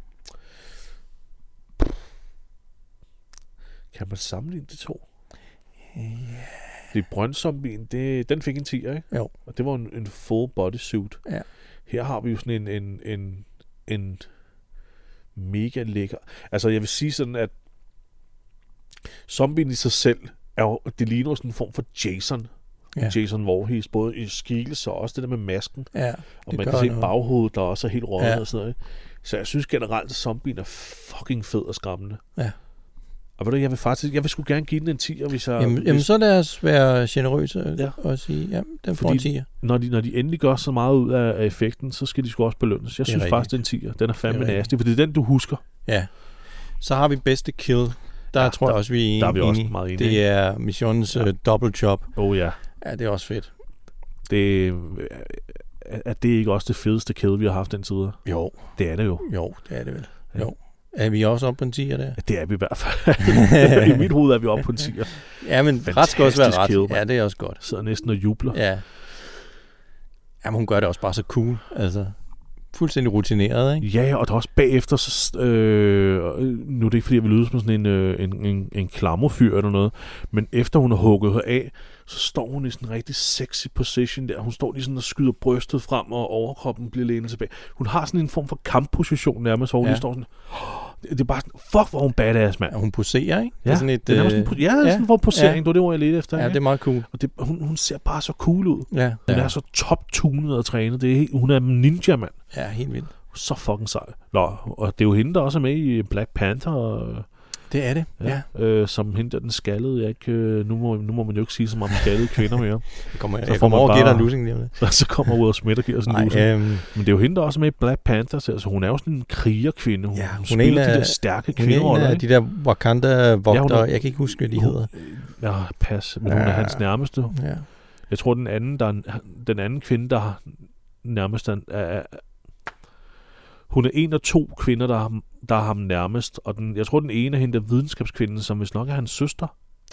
Kan man sammenligne de to? Ja. Det Brøndzombien, det, den fik en tier, ikke? Jo. Og det var en, en full bodysuit. Ja. Her har vi jo sådan en, en, en, en mega lækker... Altså, jeg vil sige sådan, at zombien i sig selv, er jo, det ligner sådan en form for Jason. Ja. Jason Voorhees, både i skikkelse og også det der med masken. Ja, og man kan se baghovedet, der også er helt røget ja. og sådan noget. Så jeg synes generelt, at zombien er fucking fed og skræmmende. Ja. Og ved du, jeg vil faktisk, jeg vil sgu gerne give den en tier, hvis jeg... Jamen, hvis, jamen så lad os være generøse ja. og sige, ja, den får en tier. Når de, når de endelig gør så meget ud af, af effekten, så skal de sgu også belønnes. Jeg synes rigtigt. faktisk, den tier, den er fandme nasty, for det er den, du husker. Ja. Så har vi bedste kill. Der ja, tror der, jeg også, vi er enige. Der er vi også meget enige. Det er missionens ja. uh, double chop. Oh ja. Ja, det er også fedt. Det, er det ikke også det fedeste kill, vi har haft indtil videre? Jo. Det er det jo. Jo, det er det vel. Jo. Er vi også oppe på en tier der? Ja, det er vi i hvert fald. I mit hoved er vi oppe på en tier. Ja, men Fantastisk ret skal også være ret. Kill, ja, det er også godt. Sidder næsten og jubler. Ja. Jamen, hun gør det også bare så cool. Altså, fuldstændig rutineret, ikke? Ja, og der også bagefter, så, øh, nu er det ikke fordi, jeg vil lyde som sådan en, øh, en, en, en klammerfyr eller noget, men efter hun har hugget her af, så står hun i sådan en rigtig sexy position der. Hun står lige sådan og skyder brystet frem, og overkroppen bliver lænet tilbage. Hun har sådan en form for kampposition nærmest, hvor hun ja. lige står sådan, oh, det er bare sådan, fuck, hvor hun badass, mand. Ja, hun poserer, ikke? Ja, det er sådan et, det er sådan, ja, det er sådan en form for posering, ja. Det var det ord, jeg ledte efter. Ja, ikke? det er meget cool. Og det, hun, hun ser bare så cool ud. Ja. Hun ja. er så top-tunet og trænet. Det er helt, hun er en ninja, mand. Ja, helt vildt. Så fucking sej. Nå, og det er jo hende, der også er med i Black Panther. Og, det er det, ja. ja. Øh, som hende der, den skaldede. Jeg ikke, øh, nu, må, nu må man jo ikke sige så meget om skaldede kvinder mere. Det kommer, jeg, jeg kommer over og giver dig en losing lige om det. Så, så kommer Will Smith og giver sådan en losing. Um, Men det er jo hende, der også er med i Black Panther. Så altså, hun er jo sådan en krigerkvinde. Hun, ja, hun, hun spiller af, de der stærke kvinder. kvinder. Hun er en af de der Wakanda-vogtere. Ja, jeg kan ikke huske, hvad de hun, hedder. Ja, pas. Men ja. hun er hans nærmeste. Ja. Jeg tror, den anden, der er, den anden kvinde, der har nærmest er, er hun er en af to kvinder, der har, der har ham nærmest. Og den, jeg tror, den ene er hende der videnskabskvinden, som vist nok er hans søster.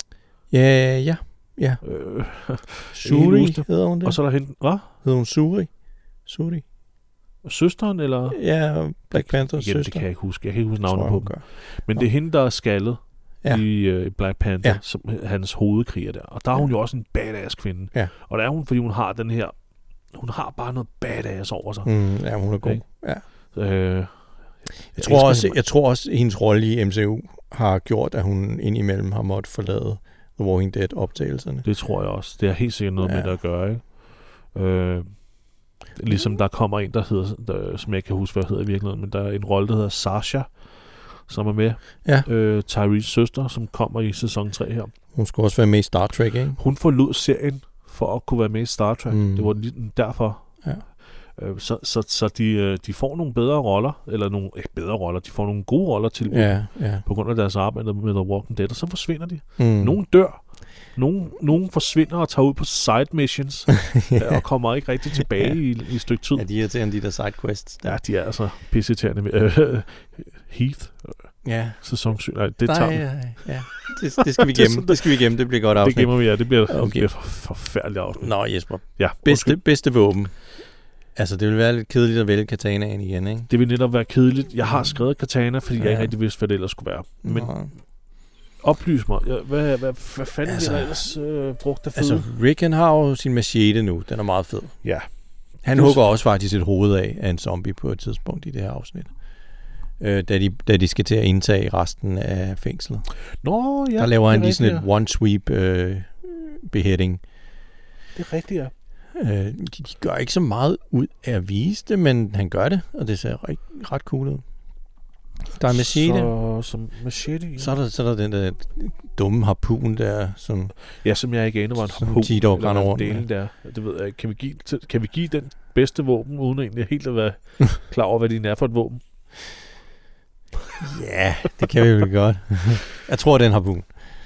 Ja, ja, ja. Øh, Suri hedder hun det. Og så er der hende, hvad? Hedder hun Suri? Suri? Søsteren, eller? Ja, Black Panthers søster. Det kan jeg ikke huske. Jeg kan ikke huske navnet på dem. Men Nå. det er hende, der er skaldet ja. i uh, Black Panther, ja. som hans hovedkriger der. Og der er hun ja. jo også en badass kvinde. Ja. Og der er hun, fordi hun har den her, hun har bare noget badass over sig. Mm, ja, hun er god. Okay. Ja. Øh, jeg, jeg, tror også, jeg tror også, at hendes rolle i M C U har gjort, at hun indimellem har måttet forlade The Walking Dead-optagelserne. Det tror jeg også. Det er helt sikkert noget ja. med det at gøre, ikke? Øh, ligesom der kommer en, der hedder, der, som jeg ikke kan huske, hvad hedder i virkeligheden, men der er en rolle, der hedder Sasha, som er med. Ja. Øh, Tyrees søster, som kommer i sæson tre her. Hun skulle også være med i Star Trek, ikke? Hun forlod serien for at kunne være med i Star Trek. Mm. Det var lige derfor. Ja. Så, så, så de, de får nogle bedre roller, eller nogle ikke bedre roller, de får nogle gode roller til ja, ja. på grund af deres arbejde med The Walking Dead, og så forsvinder de. Mm. Nogle dør, nogle, nogle forsvinder og tager ud på side missions, ja. og kommer ikke rigtig tilbage ja. i, i et stykke tid. Ja, de er til de der side quests. Ja, de er altså pisseirriterende. Heath, ja. sæson syv, nej, det nej, tager ja, ja. Det, det skal vi gemme. det skal vi gemme, det bliver godt afsnit. Det gemmer vi, ja, det bliver, okay. det bliver for, forfærdeligt afsnit. Nå, Jesper. Ja, bedste, bedste våben. Altså, det vil være lidt kedeligt at vælge katanaen igen, ikke? Det vil netop være kedeligt. Jeg har skrevet katana, fordi ja. jeg ikke rigtig vidste, hvad det ellers skulle være. Men Nå. oplys mig. Hvad, hvad, hvad, hvad fanden altså, er der ellers øh, brugt af fede? Altså, Rick han har jo sin machete nu. Den er meget fed. Ja. Han Just. hugger også faktisk et hoved af, af en zombie på et tidspunkt i det her afsnit. Øh, da, de, da de skal til at indtage resten af fængslet. Nå, ja. Der laver han lige sådan et one-sweep øh, beheading. Det er rigtigt, ja. Øh, de, de gør ikke så meget ud af at vise det, men han gør det, og det ser ret, ret cool ud. Der er machete. Så, som machete, ja. Så er der, så er der den der dumme harpun der, som... Ja, som jeg ikke aner var en harpun. Som Tito grænder rundt. Delen der. Det ved jeg, kan vi give, kan vi give den bedste våben, uden egentlig helt at være klar over, hvad det er for et våben? Ja, det kan vi jo godt. Jeg tror, det er en harpun.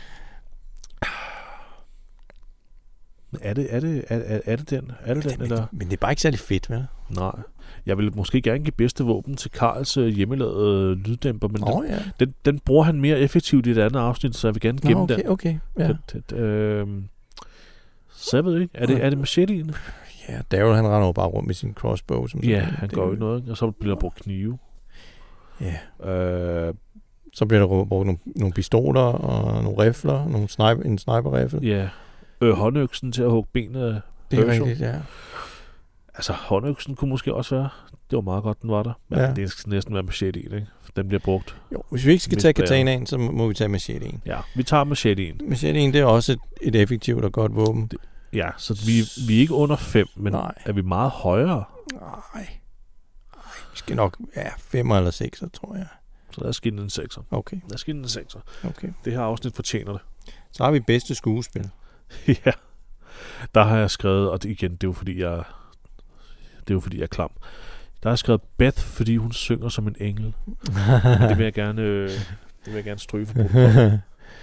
Er det, er det, er, er det den? Er det men, den, det, eller? Men det er bare ikke særlig fedt, vel? Nej. Jeg vil måske gerne give bedste våben til Karls øh, hjemmelavede lyddæmper, men oh, den, ja. den, den bruger han mere effektivt i et andet afsnit, så jeg vil gerne gemme okay, den. Okay, ja. Det, det, øh, så jeg ved ikke, er det, er det machete'en? Ja, Daryl han render jo bare rundt med sin crossbow. Som ja, han gør jo noget, og så bliver der brugt knive. Ja. Øh, så bliver der brugt nogle, nogle pistoler og nogle rifler, nogle sniper, en sniper-rifle. Ja. Øh, håndøksen til at hugge benet af det er rigtigt, ja. Altså, håndøksen kunne måske også være. Det var meget godt, den var der. Men ja. det skal næsten være machete i, ikke? Den bliver brugt. Jo, hvis vi ikke skal tage katanaen, så må vi tage machete i. Ja, vi tager machete i. Machete i, det er også et, et effektivt og godt våben. Det, ja, så vi, vi er ikke under fem, men Nej. er vi meget højere? Nej. Vi skal nok, ja, fem eller seks, tror jeg. Så lad os give den en sekser. Okay. Lad os give den en sekser. Okay. Det her afsnit fortjener det. Så har vi bedste skuespil. Ja. Der har jeg skrevet, og det, igen, det er jo fordi, jeg det er jo fordi, jeg er klam. Der har jeg skrevet Beth, fordi hun synger som en engel. det vil jeg gerne, øh, det vil jeg gerne stryge for.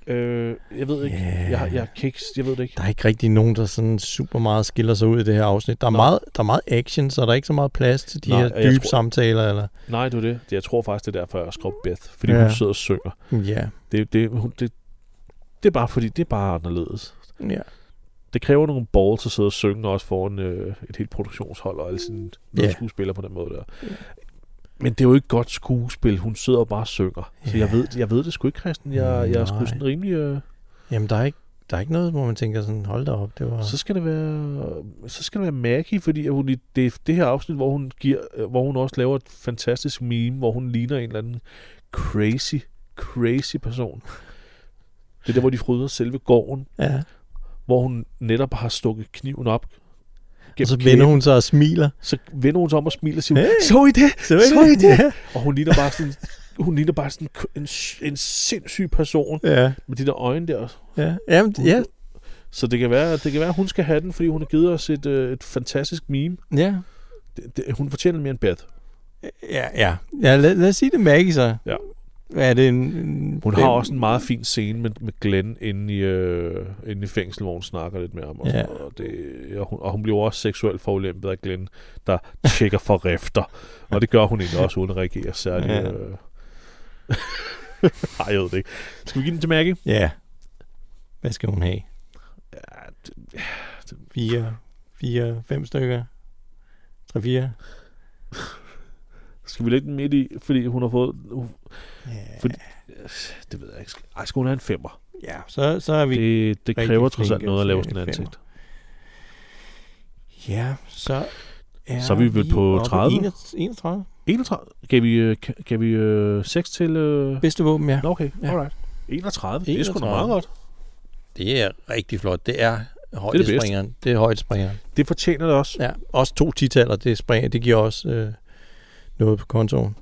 Øh, jeg ved ikke. Yeah. Jeg, jeg, kan ikke, jeg ved det ikke. Der er ikke rigtig nogen, der sådan super meget skiller sig ud i det her afsnit. Der er, meget, der er meget action, så der er ikke så meget plads til de Nej, her dybe tror, samtaler. Eller? Nej, det er det. Jeg tror faktisk, det er derfor, jeg har skrevet Beth. Fordi Ja. hun sidder og synger. Ja. Det, det, hun, det, det er bare fordi, det er bare anderledes. Ja. Det kræver nogle balls at sidde og synge også foran øh, et helt produktionshold og alle sine Ja. skuespillere på den måde der. Ja. Men det er jo ikke godt skuespil. Hun sidder og bare synger. Så Ja. jeg ved, jeg ved det sgu ikke, Christian. Jeg, jeg er sgu Nej. sådan rimelig... Øh, Jamen, der er, ikke, der er ikke noget, hvor man tænker sådan, hold da op, det var... så skal det være så skal det være Maggie, fordi hun i det, det her afsnit, hvor hun giver, hvor hun også laver et fantastisk meme, hvor hun ligner en eller anden crazy, crazy person. Det er der, hvor de fryder selve gården, Ja. hvor hun netop har stukket kniven op. Og så vender hun sig og smiler. Så vender hun sig om og smiler og siger, Hey. så I det? Så, Så I det? Ja. Og hun ligner bare sådan, hun ligner bare sådan en, en sindssyg person Ja. med de der øjne der. Ja. Jamen, ja. Så det kan være, det kan være, at hun skal have den, fordi hun har givet os et, øh, et fantastisk meme. Ja. Det, det, hun fortjener mere end Beth. Ja, ja. ja lad, lad os sige det Maggie så. Ja. Hvad er det? En, en Hun fem? har også en meget fin scene med, med Glenn inde i, øh, inde i fængsel, hvor hun snakker lidt med ham. Og, Ja. sådan, og, det, og, hun, og hun bliver også seksuelt forulæmpet af Glenn, der tjekker for rifter. Og det gør hun egentlig også, uden at reagere særligt. Ja. Øh... Ej, jeg ved det ikke. Skal vi give den til Maggie? Ja. Hvad skal hun have? Ja, det, det, Fire, fire, fem stykker? Tre, fire? skal vi lægge den midt i, fordi hun har fået... Uh, Ja. fordi, det ved jeg ikke. Ej, skal hun have en femmer? Ja, så, så er vi... Det, det rigtig kræver trods alt flinke noget at lave til sådan en femmer. ansigt. Ja, så er Så er vi vel på oppe tredive? enogtredive? enogtredive? Gav vi, øh, ka- gav vi øh, seks til... Øh... Bedste våben, ja. Nå, okay, Ja. alright. enogtredive, det er sgu da enogtredive. meget godt. Det er rigtig flot. Det er det bedste. højdespringeren. Det er højdespringeren. Det fortjener det også. Ja, også to titaller, det, springer, det giver også øh, noget på kontoen.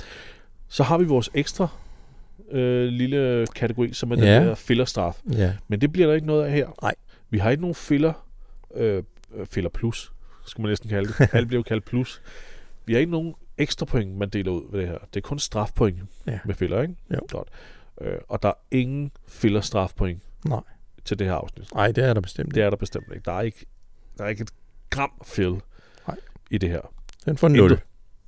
Så har vi vores ekstra øh, lille kategori, som er den Ja. der fillerstraf. Ja. Men det bliver der ikke noget af her. Nej. Vi har ikke nogen filler, øh, øh, filler plus, skal man næsten kalde det. Alt bliver jo kaldt plus. Vi har ikke nogen ekstra point, man deler ud ved det her. Det er kun strafpoint Ja. med filler, ikke? Jo. Godt. Øh, og der er ingen filler strafpoint Nej. til det her afsnit. Nej, det er der bestemt. Det er der bestemt ikke. Der er ikke, der er ikke et gram fill Nej. i det her. Den får nul. Intet.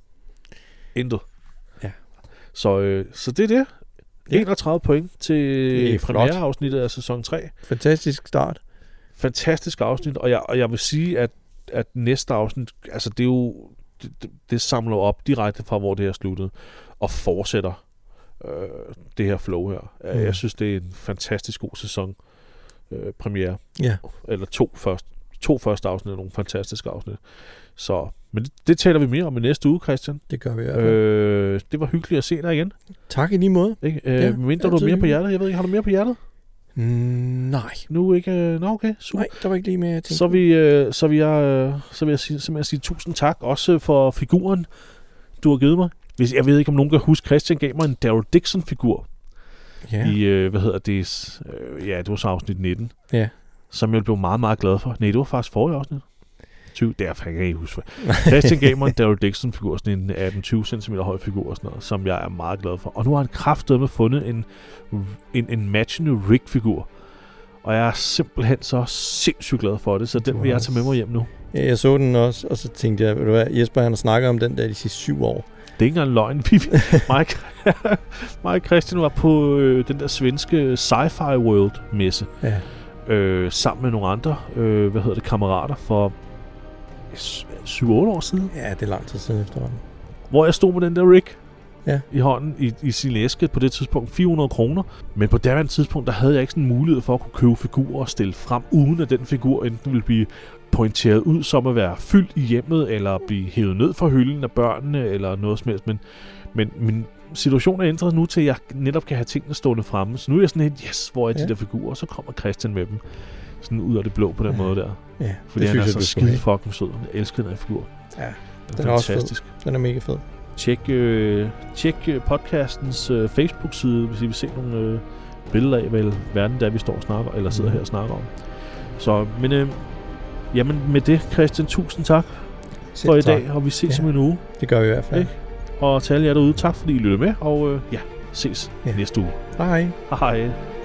Intet. Ja. Så, øh, så det er det. Ja. enogtredive point til Det er flot. premiereafsnittet af sæson tre. Fantastisk start. Fantastisk afsnit, og jeg, og jeg vil sige, at, at næste afsnit, altså det er jo, det, det, det samler op direkte fra, hvor det her sluttede, og fortsætter øh, det her flow her. Mm. Jeg synes, det er en fantastisk god sæson øh, premiere. Ja. Eller to første, to første afsnit er nogle fantastiske afsnit. Så, men det, det taler vi mere om i næste uge, Christian. Det gør vi i hvert fald. Øh, det var hyggeligt at se dig igen. Tak i lige måde. Ikke? Øh, Ja, mindre du har altid mere på hyggeligt. hjertet. Jeg ved ikke, har du mere på hjertet? Mm, nej. Nu ikke? Øh, nå, okay. Super. Nej, der var ikke lige mere, jeg tænkte. Så vil, øh, så vil jeg, øh, så vil jeg sige, simpelthen sige tusind tak, også for figuren, du har givet mig. Hvis, jeg ved ikke, om nogen kan huske, Christian gav mig en Daryl Dixon-figur Ja. i, øh, hvad hedder det, øh, ja, det var så afsnit nitten, Ja. som jeg blev meget, meget glad for. Nej, det var faktisk forrige afsnit. tyve, derfor kan jeg ikke huske. Christian gav mig en Daryl Dixon-figur, sådan en atten til tyve centimeter høj figur og sådan noget, som jeg er meget glad for. Og nu har han kraftedeme fundet en, en, en matchende Rick-figur. Og jeg er simpelthen så sindssygt glad for det, så den vil jeg tage med mig hjem nu. Ja, jeg så den også, og så tænkte jeg, ved du hvad, Jesper han har snakket om den der de sidste syv år. Det er ikke engang løgn. Mike, Mike og Christian var på øh, den der svenske Sci-Fi World-messe, Ja. øh, sammen med nogle andre, øh, hvad hedder det, kammerater for syv otte år siden. Ja, det er lang tid siden efterhånden. Hvor jeg stod med den der Rick Ja. i hånden i, i sin æske på det tidspunkt, fire hundrede kroner. Men på daværende tidspunkt, der havde jeg ikke sådan en mulighed for at kunne købe figurer og stille frem, uden at den figur enten ville blive pointeret ud som at være fyldt i hjemmet, eller blive hævet ned fra hylden af børnene, eller noget som helst. Men, men min situation er ændret nu til, at jeg netop kan have tingene stående fremme. Så nu er jeg sådan helt, yes, hvor er de Ja. der figurer? Og så kommer Christian med dem. Sådan ud af det blå på den Ja. måde der. Ja, Fordi han er jeg, så du skulle skide have. fucking sød. Jeg elsker den her figur. Ja, Den den er er også fed. fantastisk. Den er mega fed. Tjek, øh, tjek øh, podcastens øh, Facebook-side, hvis I vil se nogle øh, billeder af, hvad verden der vi står og snakker, eller sidder Mhm. her og snakker om. Så, men øh, jamen med det, Christian, tusind tak Selv for i tak. dag, og vi ses Ja. om en uge. Det gør vi i hvert fald. Ikke? Og til alle jer derude, tak fordi I lyttede med, og øh, ja, ses Ja. næste uge. Hej. Hej.